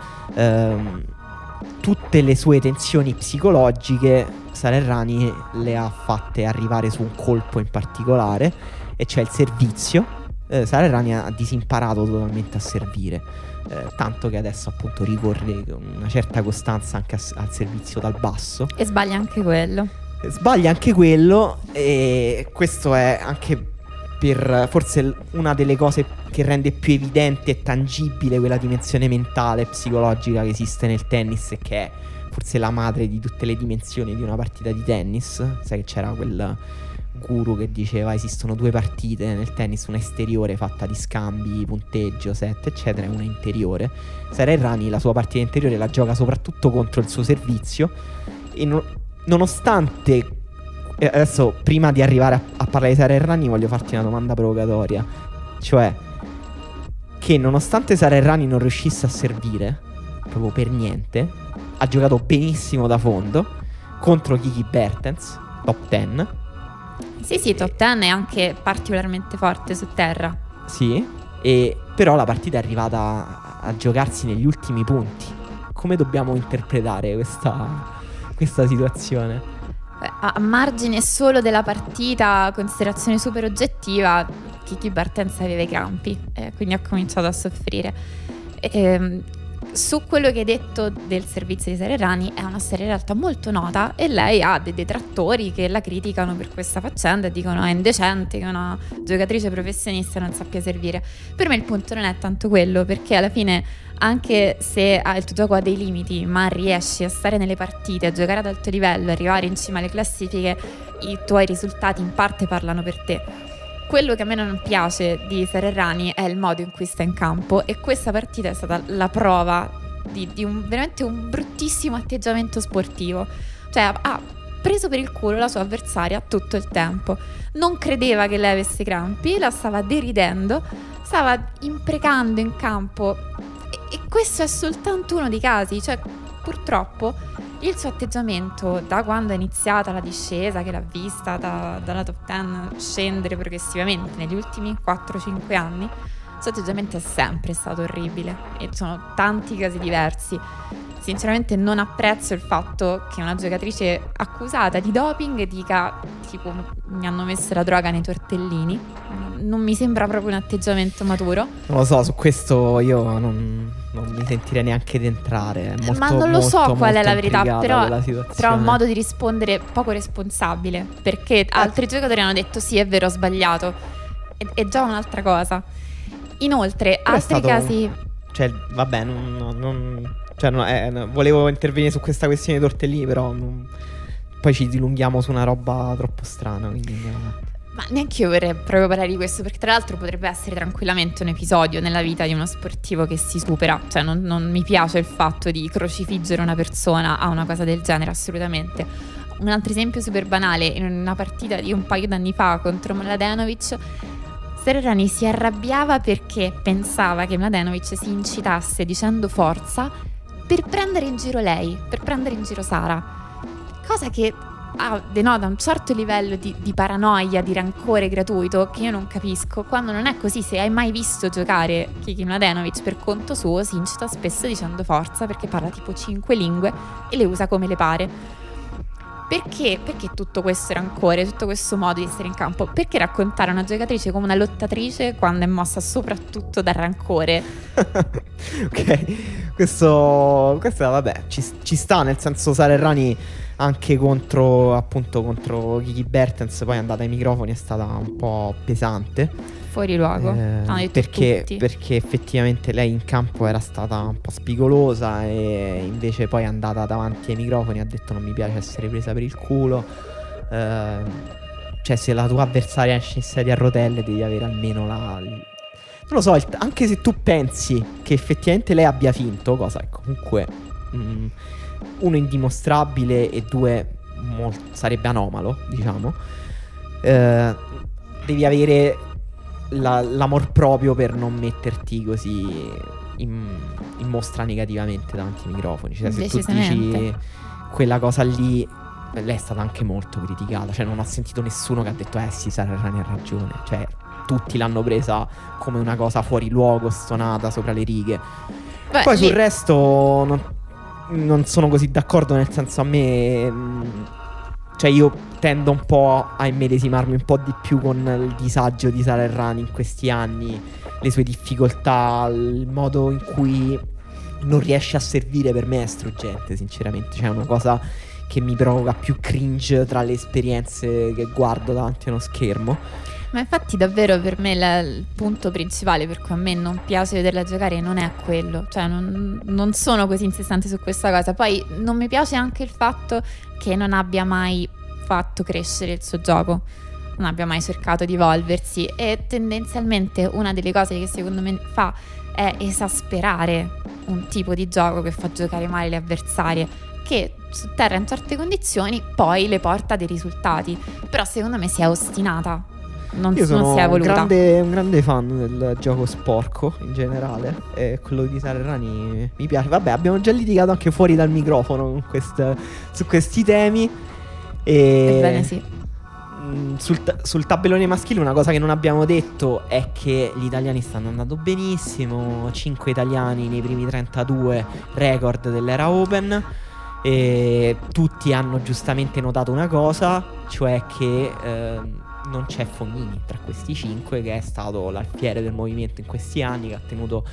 Tutte le sue tensioni psicologiche Sara Errani le ha fatte arrivare su un colpo in particolare, e cioè il servizio. Sara Errani ha disimparato totalmente a servire, tanto che adesso appunto ricorre con una certa costanza anche al servizio dal basso. E sbaglia anche quello. E questo è anche per forse una delle cose che rende più evidente e tangibile quella dimensione mentale e psicologica che esiste nel tennis, e che è forse la madre di tutte le dimensioni di una partita di tennis. Sai che c'era quel guru che diceva: esistono due partite nel tennis, una esteriore fatta di scambi, punteggio, set eccetera, e una interiore. Sara Errani la sua partita interiore la gioca soprattutto contro il suo servizio, e nonostante... Adesso, prima di arrivare a parlare di Sara Errani, voglio farti una domanda provocatoria, cioè che nonostante Sara Errani non riuscisse a servire proprio per niente, ha giocato benissimo da fondo contro Kiki Bertens, top 10. Sì, top 10 è anche particolarmente forte su terra. Sì, e però la partita è arrivata a giocarsi negli ultimi punti. Come dobbiamo interpretare questa situazione? A margine solo della partita, considerazione super oggettiva, Kiki Bertens aveva i crampi, quindi ha cominciato a soffrire. Su quello che hai detto del servizio di Sara Errani, è una storia in realtà molto nota, e lei ha dei detrattori che la criticano per questa faccenda e dicono è indecente che una giocatrice professionista non sappia servire. Per me il punto non è tanto quello, perché alla fine, anche se il tuo gioco ha dei limiti, ma riesci a stare nelle partite, a giocare ad alto livello, arrivare in cima alle classifiche, i tuoi risultati in parte parlano per te. Quello che a me non piace di Sara Errani è il modo in cui sta in campo, e questa partita è stata la prova di veramente un bruttissimo atteggiamento sportivo. Cioè ha preso per il culo la sua avversaria tutto il tempo. Non credeva che lei avesse crampi, la stava deridendo, stava imprecando in campo e questo è soltanto uno dei casi, cioè purtroppo il suo atteggiamento da quando è iniziata la discesa, che l'ha vista dalla top 10 scendere progressivamente negli ultimi 4-5 anni, il suo atteggiamento è sempre stato orribile e ci sono tanti casi diversi. Sinceramente non apprezzo il fatto che una giocatrice accusata di doping dica tipo mi hanno messo la droga nei tortellini. Non mi sembra proprio un atteggiamento maturo. Non lo so, su questo io non mi sentirei neanche di entrare. È molto, ma non lo so molto, qual è molto la verità, però è un modo di rispondere poco responsabile, perché altri giocatori hanno detto sì, è vero, ho sbagliato. È già un'altra cosa. Inoltre, però altri casi... Cioè, vabbè, volevo intervenire su questa questione dei tortellini, però poi ci dilunghiamo su una roba troppo strana, quindi andiamo avanti. Ma neanche io vorrei proprio parlare di questo, perché tra l'altro potrebbe essere tranquillamente un episodio nella vita di uno sportivo che si supera. Cioè non mi piace il fatto di crocifiggere una persona a una cosa del genere, assolutamente. Un altro esempio super banale: in una partita di un paio d'anni fa contro Mladenovic, Sara Errani si arrabbiava perché pensava che Mladenovic si incitasse dicendo forza per prendere in giro lei, per prendere in giro Sara, cosa che denota un certo livello di paranoia, di rancore gratuito che io non capisco, quando non è così. Se hai mai visto giocare Kiki Mladenovic per conto suo, si incita spesso dicendo forza perché parla tipo 5 lingue e le usa come le pare. Perché tutto questo rancore, tutto questo modo di essere in campo? Perché raccontare una giocatrice come una lottatrice quando è mossa soprattutto dal rancore? Ok, questo vabbè, ci sta, nel senso Sara Errani anche contro Kiki Bertens poi è andata ai microfoni, è stata un po' pesante. Fuori luogo, hanno detto tutti. Perché effettivamente lei in campo era stata un po' spigolosa e invece poi è andata davanti ai microfoni e ha detto non mi piace essere presa per il culo. Cioè, se la tua avversaria esce in sedia a rotelle devi avere almeno non lo so, anche se tu pensi che effettivamente lei abbia finto, cosa che comunque uno indimostrabile e due sarebbe anomalo, diciamo, devi avere l'amor proprio per non metterti così in mostra negativamente davanti ai microfoni. Cioè, se tu dici quella cosa lì, lei è stata anche molto criticata. Cioè, non ho sentito nessuno che ha detto sì, Sara Errani ha ragione. Cioè, tutti l'hanno presa come una cosa fuori luogo, stonata sopra le righe. Poi sul resto non sono così d'accordo, nel senso, a me cioè io tendo un po' a immedesimarmi un po' di più con il disagio di Sara Errani in questi anni, le sue difficoltà, il modo in cui non riesce a servire, per me è struggente, sinceramente. Cioè è una cosa che mi provoca più cringe tra le esperienze che guardo davanti a uno schermo. Ma infatti davvero per me il punto principale per cui a me non piace vederla giocare non è quello. Cioè non sono così insistente su questa cosa. Poi non mi piace anche il fatto che non abbia mai fatto crescere il suo gioco, non abbia mai cercato di evolversi, e tendenzialmente una delle cose che secondo me fa è esasperare un tipo di gioco che fa giocare male le avversarie, che su terra in certe condizioni poi le porta dei risultati, però secondo me si è ostinata. Io sono un grande fan del gioco sporco in generale, e quello di Sara Errani mi piace. Vabbè, abbiamo già litigato anche fuori dal microfono su questi temi. Ebbene sì. Sul tabellone maschile una cosa che non abbiamo detto è che gli italiani stanno andando benissimo. 5 italiani nei primi 32, record dell'era Open. E tutti hanno giustamente notato una cosa, cioè che non c'è Fognini tra questi 5, che è stato l'alfiere del movimento in questi anni, che ha tenuto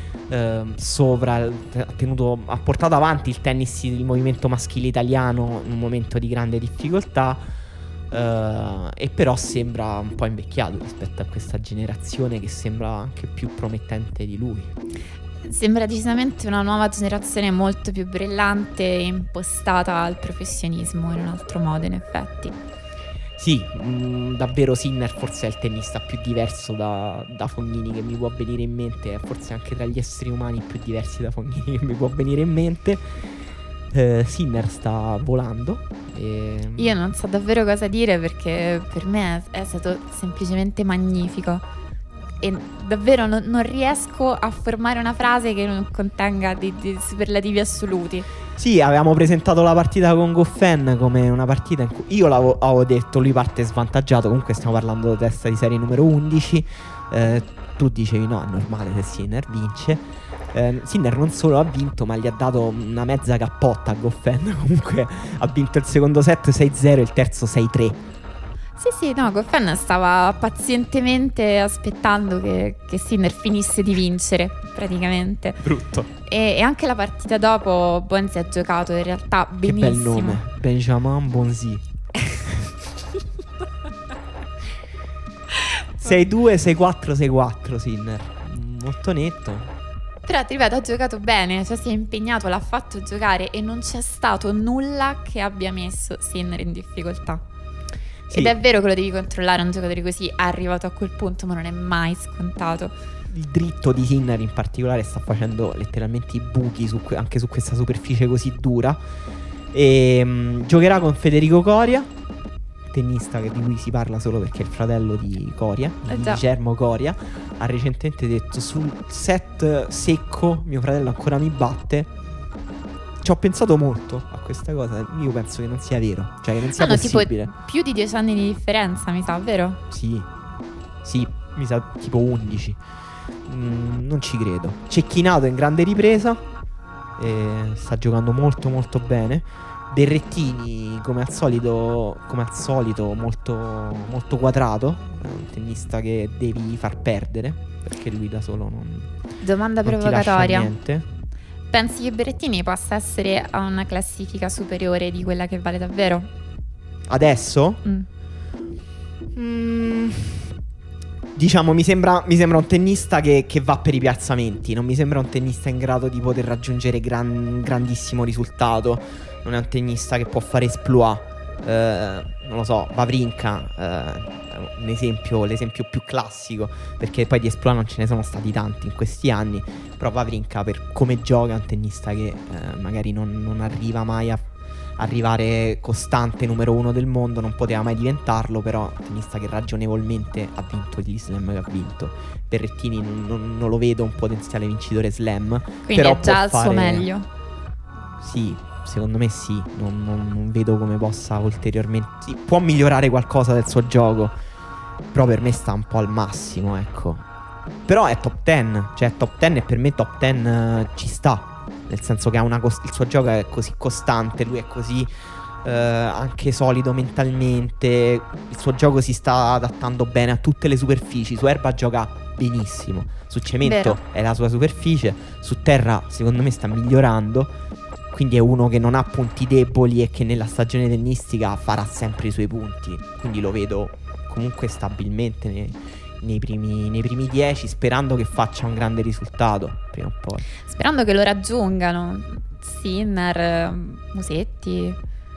ha portato avanti il tennis, il movimento maschile italiano in un momento di grande difficoltà, e però sembra un po' invecchiato rispetto a questa generazione che sembra anche più promettente di lui. Sembra decisamente una nuova generazione molto più brillante e impostata al professionismo in un altro modo, in effetti. Sì, davvero Sinner forse è il tennista più diverso da Fognini che mi può venire in mente, è forse anche tra gli esseri umani più diversi da Fognini che mi può venire in mente. Sinner sta volando, Io non so davvero cosa dire, perché per me è stato semplicemente magnifico e davvero non riesco a formare una frase che non contenga di superlativi assoluti. Sì, avevamo presentato la partita con Goffin come una partita in cui io avevo detto lui parte svantaggiato, comunque stiamo parlando di testa di serie numero 11, tu dicevi no, è normale se Sinner vince. Sinner non solo ha vinto, ma gli ha dato una mezza cappotta a Goffin. Comunque ha vinto il secondo set 6-0 e il terzo 6-3. Sì, no, Goffin stava pazientemente aspettando che Sinner finisse di vincere, praticamente. Brutto. E anche la partita dopo Bonzi ha giocato in realtà benissimo. Che bel nome, Benjamin Bonzi. 6-2, 6-4, 6-4 Sinner. Molto netto. Però ti ripeto, ha giocato bene, cioè si è impegnato, l'ha fatto giocare e non c'è stato nulla che abbia messo Sinner in difficoltà. Sì. Ed è vero che lo devi controllare, un giocatore così è arrivato a quel punto, ma non è mai scontato. Il dritto di Sinner in particolare sta facendo letteralmente i buchi anche su questa superficie così dura. E giocherà con Federico Coria, tennista di cui si parla solo perché è il fratello di Coria, di Guillermo Coria. Ha recentemente detto: sul set secco mio fratello ancora mi batte. Ci ho pensato molto a questa cosa. Io penso che non sia vero, cioè che non sia possibile. Tipo più di 10 anni di differenza, mi sa, vero? Sì, mi sa tipo 11. Non ci credo. Cecchinato in grande ripresa, sta giocando molto molto bene. Berrettini come al solito molto, molto quadrato. È un tennista che devi far perdere, perché lui da solo Domanda non provocatoria. ti lascia niente. Pensi che Berrettini possa essere a una classifica superiore di quella che vale davvero? Adesso? Diciamo mi sembra un tennista che va per i piazzamenti. Non mi sembra un tennista in grado di poter raggiungere grandissimo risultato. Non è un tennista che può fare exploit. Non lo so, Wawrinka l'esempio più classico, perché poi di exploit non ce ne sono stati tanti in questi anni. Però Wawrinka, per come gioca, è un tennista che magari non arriva mai a arrivare costante numero 1 del mondo, non poteva mai diventarlo, però un tennista che ragionevolmente ha vinto gli slam che ha vinto. Berrettini non lo vedo un potenziale vincitore slam. Quindi però è già al suo meglio. Sì, secondo me sì. Non vedo come possa ulteriormente... Sì, può migliorare qualcosa del suo gioco, però per me sta un po' al massimo, ecco. Però è top 10, cioè top 10, e per me top 10 ci sta. Nel senso che il suo gioco è così costante, lui è così anche solido mentalmente. Il suo gioco si sta adattando bene a tutte le superfici. Su erba gioca benissimo, su cemento Vero. è la sua superficie, su terra secondo me sta migliorando. Quindi è uno che non ha punti deboli e che nella stagione tennistica farà sempre i suoi punti. Quindi lo vedo comunque stabilmente nei primi 10, sperando che faccia un grande risultato prima o poi. Sperando che lo raggiungano Sinner, Musetti,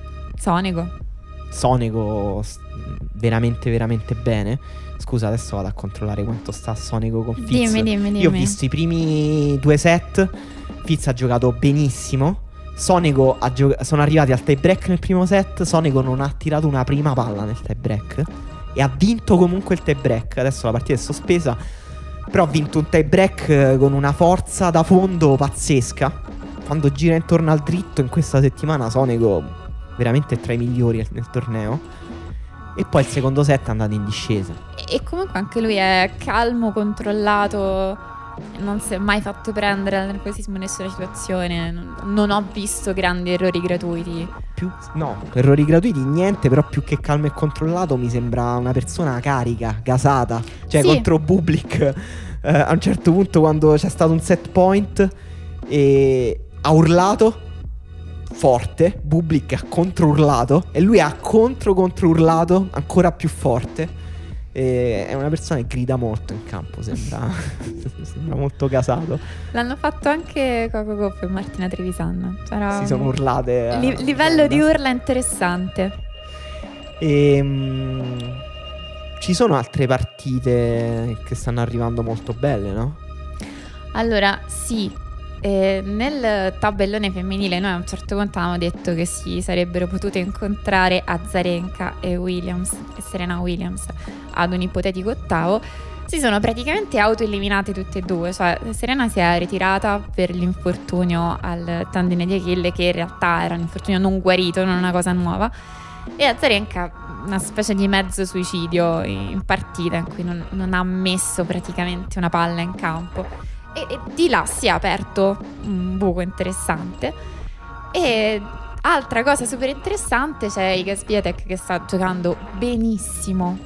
Sonego veramente veramente bene. Scusa, adesso vado a controllare quanto sta Sonego con Fitz. Dimmi. Io ho visto i primi 2 set. Fitz ha giocato benissimo. Sonego sono arrivati al tie break nel primo set. Sonego non ha tirato una prima palla nel tie break e ha vinto comunque il tie break. Adesso la partita è sospesa, però ha vinto un tie break con una forza da fondo pazzesca. Quando gira intorno al dritto in questa settimana Sonego veramente è tra i migliori nel torneo. E poi il secondo set è andato in discesa. E comunque anche lui è calmo, controllato, non si è mai fatto prendere dal nervosismo in nessuna situazione. Non ho visto grandi errori gratuiti. No, errori gratuiti niente. Però più che calmo e controllato mi sembra una persona carica, gasata. Cioè, sì, contro Bublik a un certo punto, quando c'è stato un set point, e ha urlato forte, Bublik ha controurlato e lui ha controurlato ancora più forte. È una persona che grida molto in campo, sembra molto gasato. L'hanno fatto anche Coco Gauff e Martina Trevisan. Si sono urlate livello di urla interessante. Ci sono altre partite che stanno arrivando molto belle, no? Allora, sì, Nel tabellone femminile noi a un certo punto avevamo detto che si sarebbero potute incontrare Azarenka e Serena Williams ad un ipotetico ottavo. Si sono praticamente autoeliminate tutte e due, cioè Serena si è ritirata per l'infortunio al tendine di Achille, che in realtà era un infortunio non guarito, non una cosa nuova, e Azarenka una specie di mezzo suicidio in partita in cui non ha messo praticamente una palla in campo, e di là si è aperto un buco interessante. E altra cosa super interessante, c'è Iga Swiatek che sta giocando benissimo.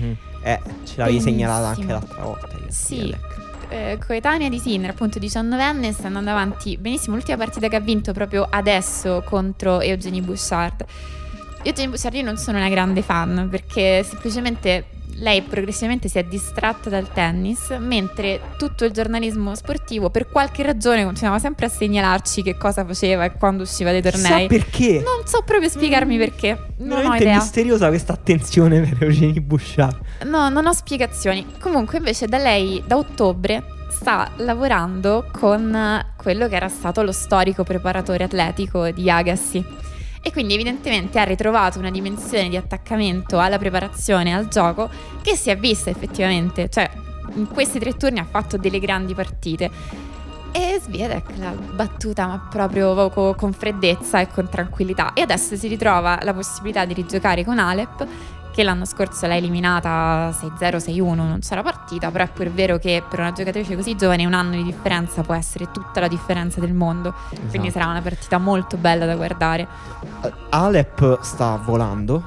Ce l'avevi segnalata anche l'altra volta. Sì, coetanea di Sinner, appunto 19enne, sta andando avanti benissimo. L'ultima partita che ha vinto proprio adesso contro Eugenie Bouchard. Eugenie Bouchard io non sono una grande fan, perché semplicemente lei progressivamente si è distratta dal tennis, mentre tutto il giornalismo sportivo per qualche ragione continuava sempre a segnalarci che cosa faceva e quando usciva dai tornei. Chissà perché? Non so proprio spiegarmi perché. Non ho Veramente idea. misteriosa questa attenzione per Eugenie Bouchard. No, non ho spiegazioni. Comunque invece da ottobre sta lavorando con quello che era stato lo storico preparatore atletico di Agassi. E quindi evidentemente ha ritrovato una dimensione di attaccamento alla preparazione, al gioco, che si è vista effettivamente. Cioè, in questi 3 turni ha fatto delle grandi partite. E Swiatek l'ha battuta, ma proprio con freddezza e con tranquillità. E adesso si ritrova la possibilità di rigiocare con Alep, che l'anno scorso l'ha eliminata 6-0, 6-1, non c'era partita, però è pur vero che per una giocatrice così giovane un anno di differenza può essere tutta la differenza del mondo. Esatto. Quindi sarà una partita molto bella da guardare. Alep sta volando,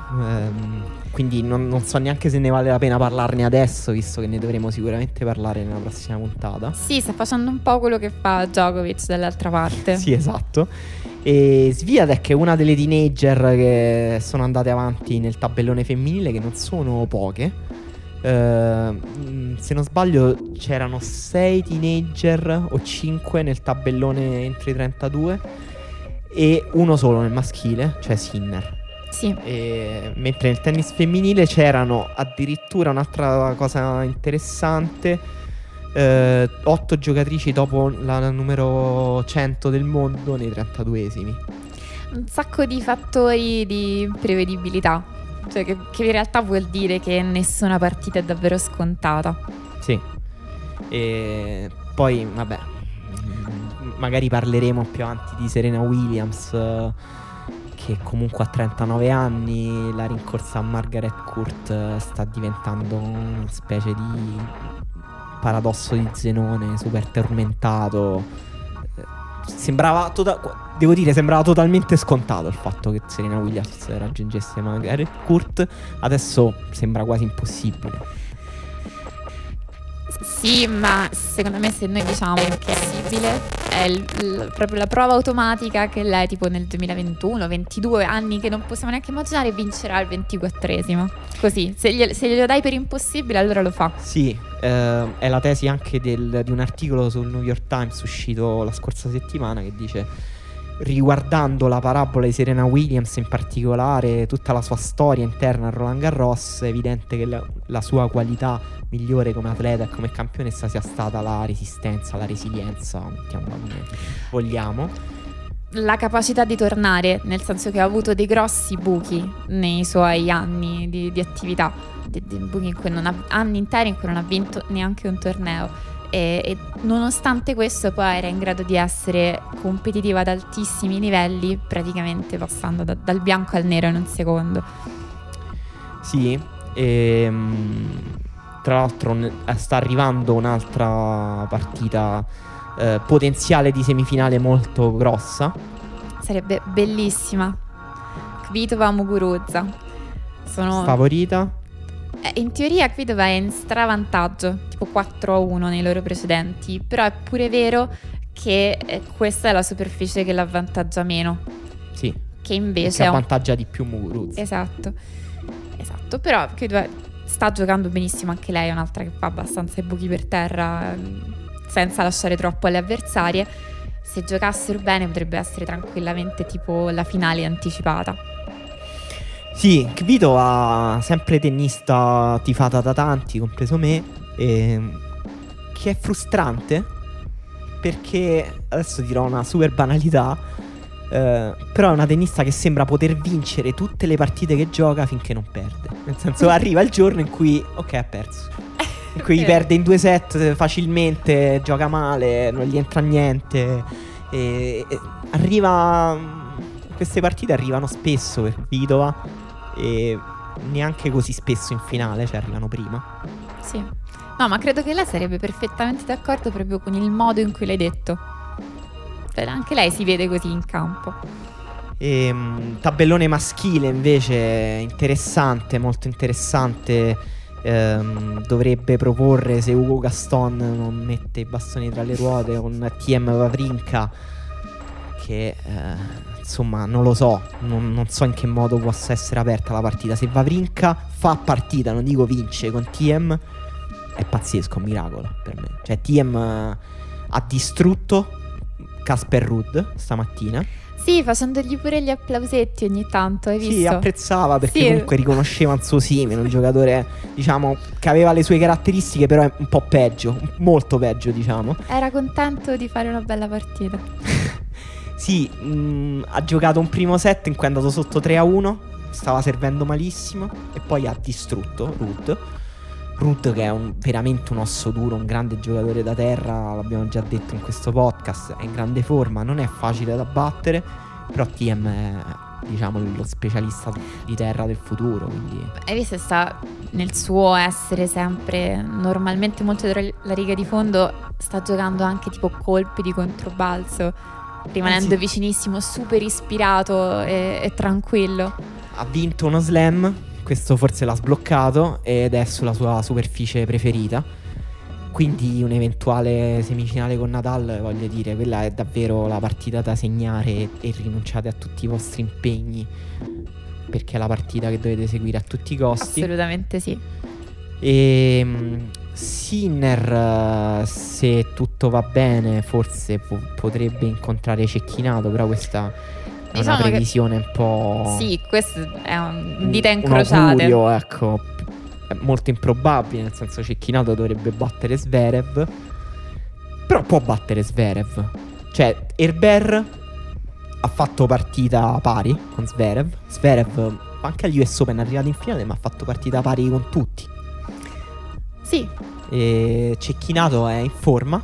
quindi non so neanche se ne vale la pena parlarne adesso, visto che ne dovremo sicuramente parlare nella prossima puntata. Sì, sta facendo un po' quello che fa Djokovic dall'altra parte. Sì, esatto. E Swiatek è una delle teenager che sono andate avanti nel tabellone femminile, che non sono poche. Se non sbaglio c'erano 6 teenager o 5 nel tabellone entro i 32 e uno solo nel maschile, cioè Sinner. Sì. Mentre nel tennis femminile c'erano addirittura un'altra cosa interessante, 8 giocatrici dopo la numero 100 del mondo nei 32esimi. Un sacco di fattori di prevedibilità, cioè che in realtà vuol dire che nessuna partita è davvero scontata. Sì. E poi vabbè, magari parleremo più avanti di Serena Williams, che comunque a 39 anni, la rincorsa a Margaret Court sta diventando una specie di paradosso di Zenone super tormentato. Sembrava totalmente scontato il fatto che Serena Williams raggiungesse Margaret Court. Adesso sembra quasi impossibile. Sì, ma secondo me se noi diciamo che è possibile, è proprio la prova automatica che lei tipo nel 2021, 22 anni che non possiamo neanche immaginare, vincerà il 24esimo. Così, se glielo dai per impossibile, allora lo fa. Sì, è la tesi anche di un articolo sul New York Times uscito la scorsa settimana, che dice: riguardando la parabola di Serena Williams, in particolare tutta la sua storia interna a Roland Garros, è evidente che la sua qualità migliore come atleta e come campionessa sia stata la resistenza, la resilienza, mettiamola come vogliamo. La capacità di tornare, nel senso che ha avuto dei grossi buchi nei suoi anni di attività, dei buchi in cui anni interi in cui non ha vinto neanche un torneo. E nonostante questo poi era in grado di essere competitiva ad altissimi livelli, praticamente passando dal bianco al nero in un secondo. Sì, tra l'altro sta arrivando un'altra partita potenziale di semifinale molto grossa. Sarebbe bellissima. Kvitova Muguruza sono favorita. In teoria Kvitova è in stravantaggio, tipo 4-1 nei loro precedenti, però è pure vero che questa è la superficie che l'avvantaggia meno. Sì. Che invece che avvantaggia di più Muguruza. Esatto, però Kvitova sta giocando benissimo anche lei, è un'altra che fa abbastanza i buchi per terra senza lasciare troppo alle avversarie. Se giocassero bene potrebbe essere tranquillamente tipo la finale anticipata. Sì, Kvitova, sempre tennista tifata da tanti, compreso me, che è frustrante perché adesso dirò una super banalità, però è una tennista che sembra poter vincere tutte le partite che gioca finché non perde. Nel senso, arriva il giorno in cui ok, ha perso, in cui perde in 2 set facilmente, gioca male, non gli entra niente, e arriva... Queste partite arrivano spesso per Kvitova e neanche così spesso in finale, cioè arrivano prima. Sì. No, ma credo che lei sarebbe perfettamente d'accordo proprio con il modo in cui l'hai detto. Cioè, anche lei si vede così in campo. Tabellone maschile invece interessante, molto interessante. Dovrebbe proporre, se Hugo Gaston non mette i bastoni tra le ruote, con TM Wawrinka, che insomma non lo so, non so in che modo possa essere aperta la partita. Se Wawrinka fa partita, non dico vince, con TM, è pazzesco, un miracolo per me. Cioè TM ha distrutto Casper Ruud stamattina. Sì, facendogli pure gli applausetti ogni tanto, hai visto? Sì, apprezzava, perché sì, comunque riconosceva il suo simile, un giocatore, diciamo, che aveva le sue caratteristiche, però è un po' peggio, molto peggio, diciamo. Era contento di fare una bella partita. Sì, ha giocato un primo set in cui è andato sotto 3-1, stava servendo malissimo e poi ha distrutto Ruud, che è veramente un osso duro, un grande giocatore da terra, l'abbiamo già detto in questo podcast, è in grande forma, non è facile da battere, però TM è, diciamo, lo specialista di terra del futuro, quindi... Hai visto, sta nel suo essere sempre normalmente molto dietro la riga di fondo, sta giocando anche tipo colpi di controbalzo, rimanendo vicinissimo, super ispirato e tranquillo. Ha vinto uno slam, questo forse l'ha sbloccato ed è sulla sua superficie preferita, quindi un'eventuale semifinale con Nadal, voglio dire, quella è davvero la partita da segnare, e rinunciate a tutti i vostri impegni, perché è la partita che dovete seguire a tutti i costi. Assolutamente sì. E Sinner, se tutto va bene, forse potrebbe incontrare Cecchinato, però questa è una previsione un po'... Sì, questo è un dita incrociate. Un augurio, ecco, è molto improbabile, nel senso Cecchinato dovrebbe battere Zverev, però può battere Zverev. Cioè, Herbert ha fatto partita pari con Zverev anche agli US Open è arrivato in finale, ma ha fatto partita pari con tutti. Sì. E Cecchinato è in forma.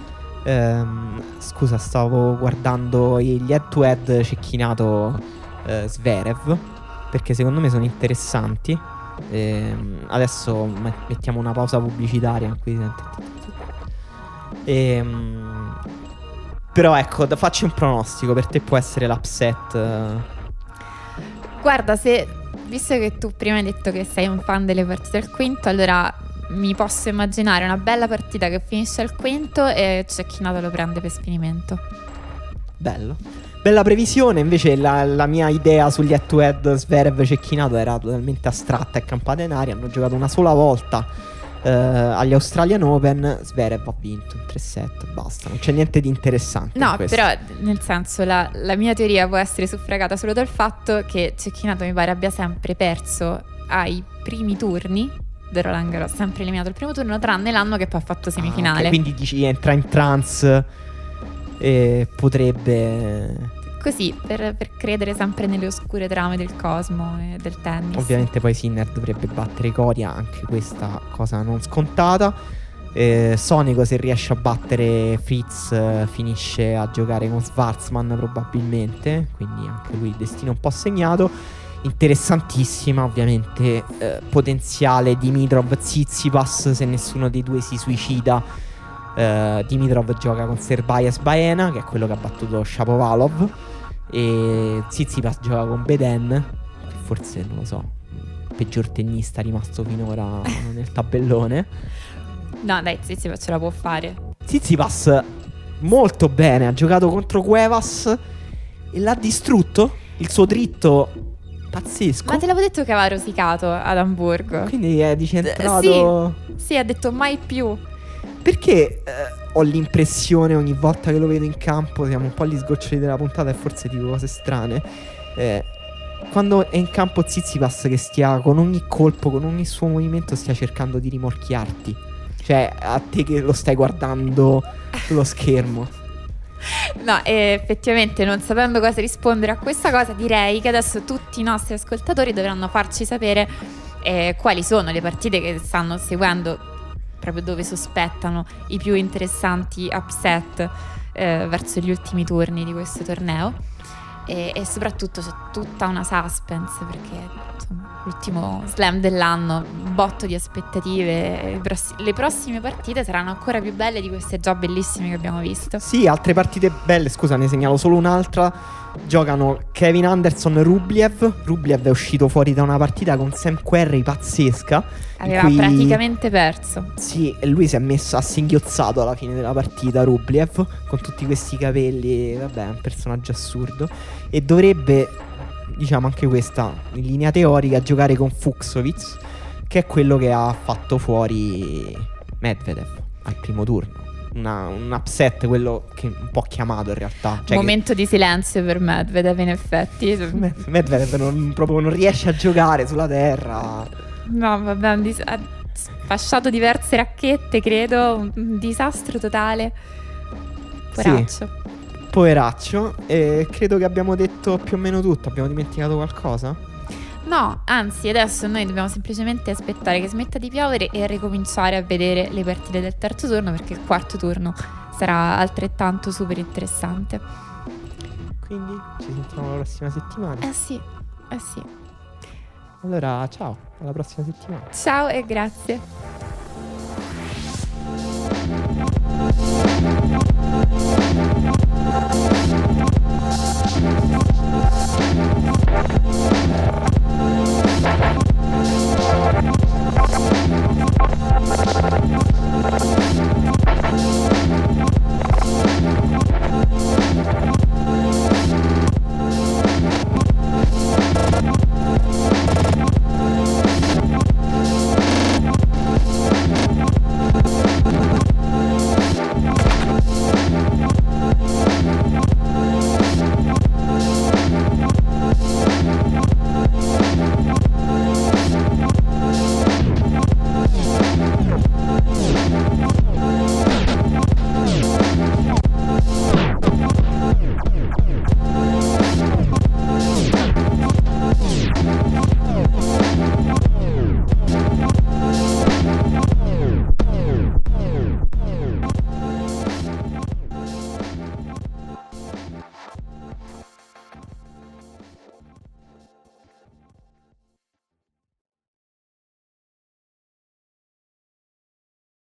Scusa, stavo guardando gli head to head Cecchinato Zverev, perché secondo me sono interessanti. Adesso mettiamo una pausa pubblicitaria in cui però ecco, facci un pronostico. Per te può essere l'upset? Guarda, visto che tu prima hai detto che sei un fan delle partite al quinto, allora mi posso immaginare una bella partita che finisce al quinto e Cecchinato lo prende per sfinimento. Bello. Bella previsione. Invece la mia idea sugli head to head Zverev Cecchinato era totalmente astratta e campata in aria. Hanno giocato una sola volta agli Australian Open. Zverev ha vinto in 3 set, basta, non c'è niente di interessante. No, però nel senso la mia teoria può essere suffragata solo dal fatto che Cecchinato mi pare abbia sempre perso ai primi turni del Roland Garros, sempre eliminato il primo turno, tranne l'anno che poi ha fatto semifinale. Okay, quindi dici entra in trance e potrebbe... Così, per credere sempre nelle oscure trame del cosmo e del tennis. Ovviamente poi Sinner dovrebbe battere Coria, anche questa cosa non scontata. Sonego, se riesce a battere Fritz, finisce a giocare con Schwartzman probabilmente, quindi anche lui il destino un po' segnato. Interessantissima ovviamente, potenziale Dimitrov-Tsitsipas se nessuno dei due si suicida. Dimitrov gioca con Serbaez Baena, che è quello che ha battuto Shapovalov, e Tsitsipas gioca con Beden, che forse, non lo so, peggior tennista rimasto finora nel tabellone. No dai, Tsitsipas ce la può fare. Tsitsipas molto bene, ha giocato contro Cuevas e l'ha distrutto, il suo dritto pazzesco. Ma te l'avevo detto che aveva rosicato ad Amburgo. Quindi è decentrato. Sì, ha detto mai più. Perché ho l'impressione ogni volta che lo vedo in campo, siamo un po' agli sgoccioli della puntata e forse dico cose strane, quando è in campo Tsitsipas che stia con ogni colpo, con ogni suo movimento stia cercando di rimorchiarti. Cioè, a te che lo stai guardando sullo schermo. No, effettivamente non sapendo cosa rispondere a questa cosa, direi che adesso tutti i nostri ascoltatori dovranno farci sapere quali sono le partite che stanno seguendo, proprio dove sospettano i più interessanti upset verso gli ultimi turni di questo torneo. E soprattutto c'è tutta una suspense, perché insomma, l'ultimo slam dell'anno, un botto di aspettative. Le prossime partite saranno ancora più belle di queste già bellissime che abbiamo visto. Sì, altre partite belle, scusa, ne segnalo solo un'altra. Giocano Kevin Anderson e Rublev. Rublev è uscito fuori da una partita con Sam Querrey pazzesca. Aveva praticamente perso. Sì, e lui si è messo a singhiozzato alla fine della partita, Rublev, con tutti questi capelli. Vabbè, è un personaggio assurdo. E dovrebbe, diciamo anche questa, in linea teorica, giocare con Fucsovics, che è quello che ha fatto fuori Medvedev al primo turno. Un upset, quello che un po' chiamato in realtà, cioè momento di silenzio per Medvedev, in effetti. Medvedev proprio non riesce a giocare sulla terra. No, vabbè, ha sfasciato diverse racchette, credo. Un disastro totale. Poveraccio. Sì, poveraccio. E credo che abbiamo detto più o meno tutto. Abbiamo dimenticato qualcosa? No, anzi, adesso noi dobbiamo semplicemente aspettare che smetta di piovere e ricominciare a vedere le partite del terzo turno, perché il quarto turno sarà altrettanto super interessante. Quindi ci sentiamo la prossima settimana. Eh sì. Allora, ciao, alla prossima settimana. Ciao e grazie.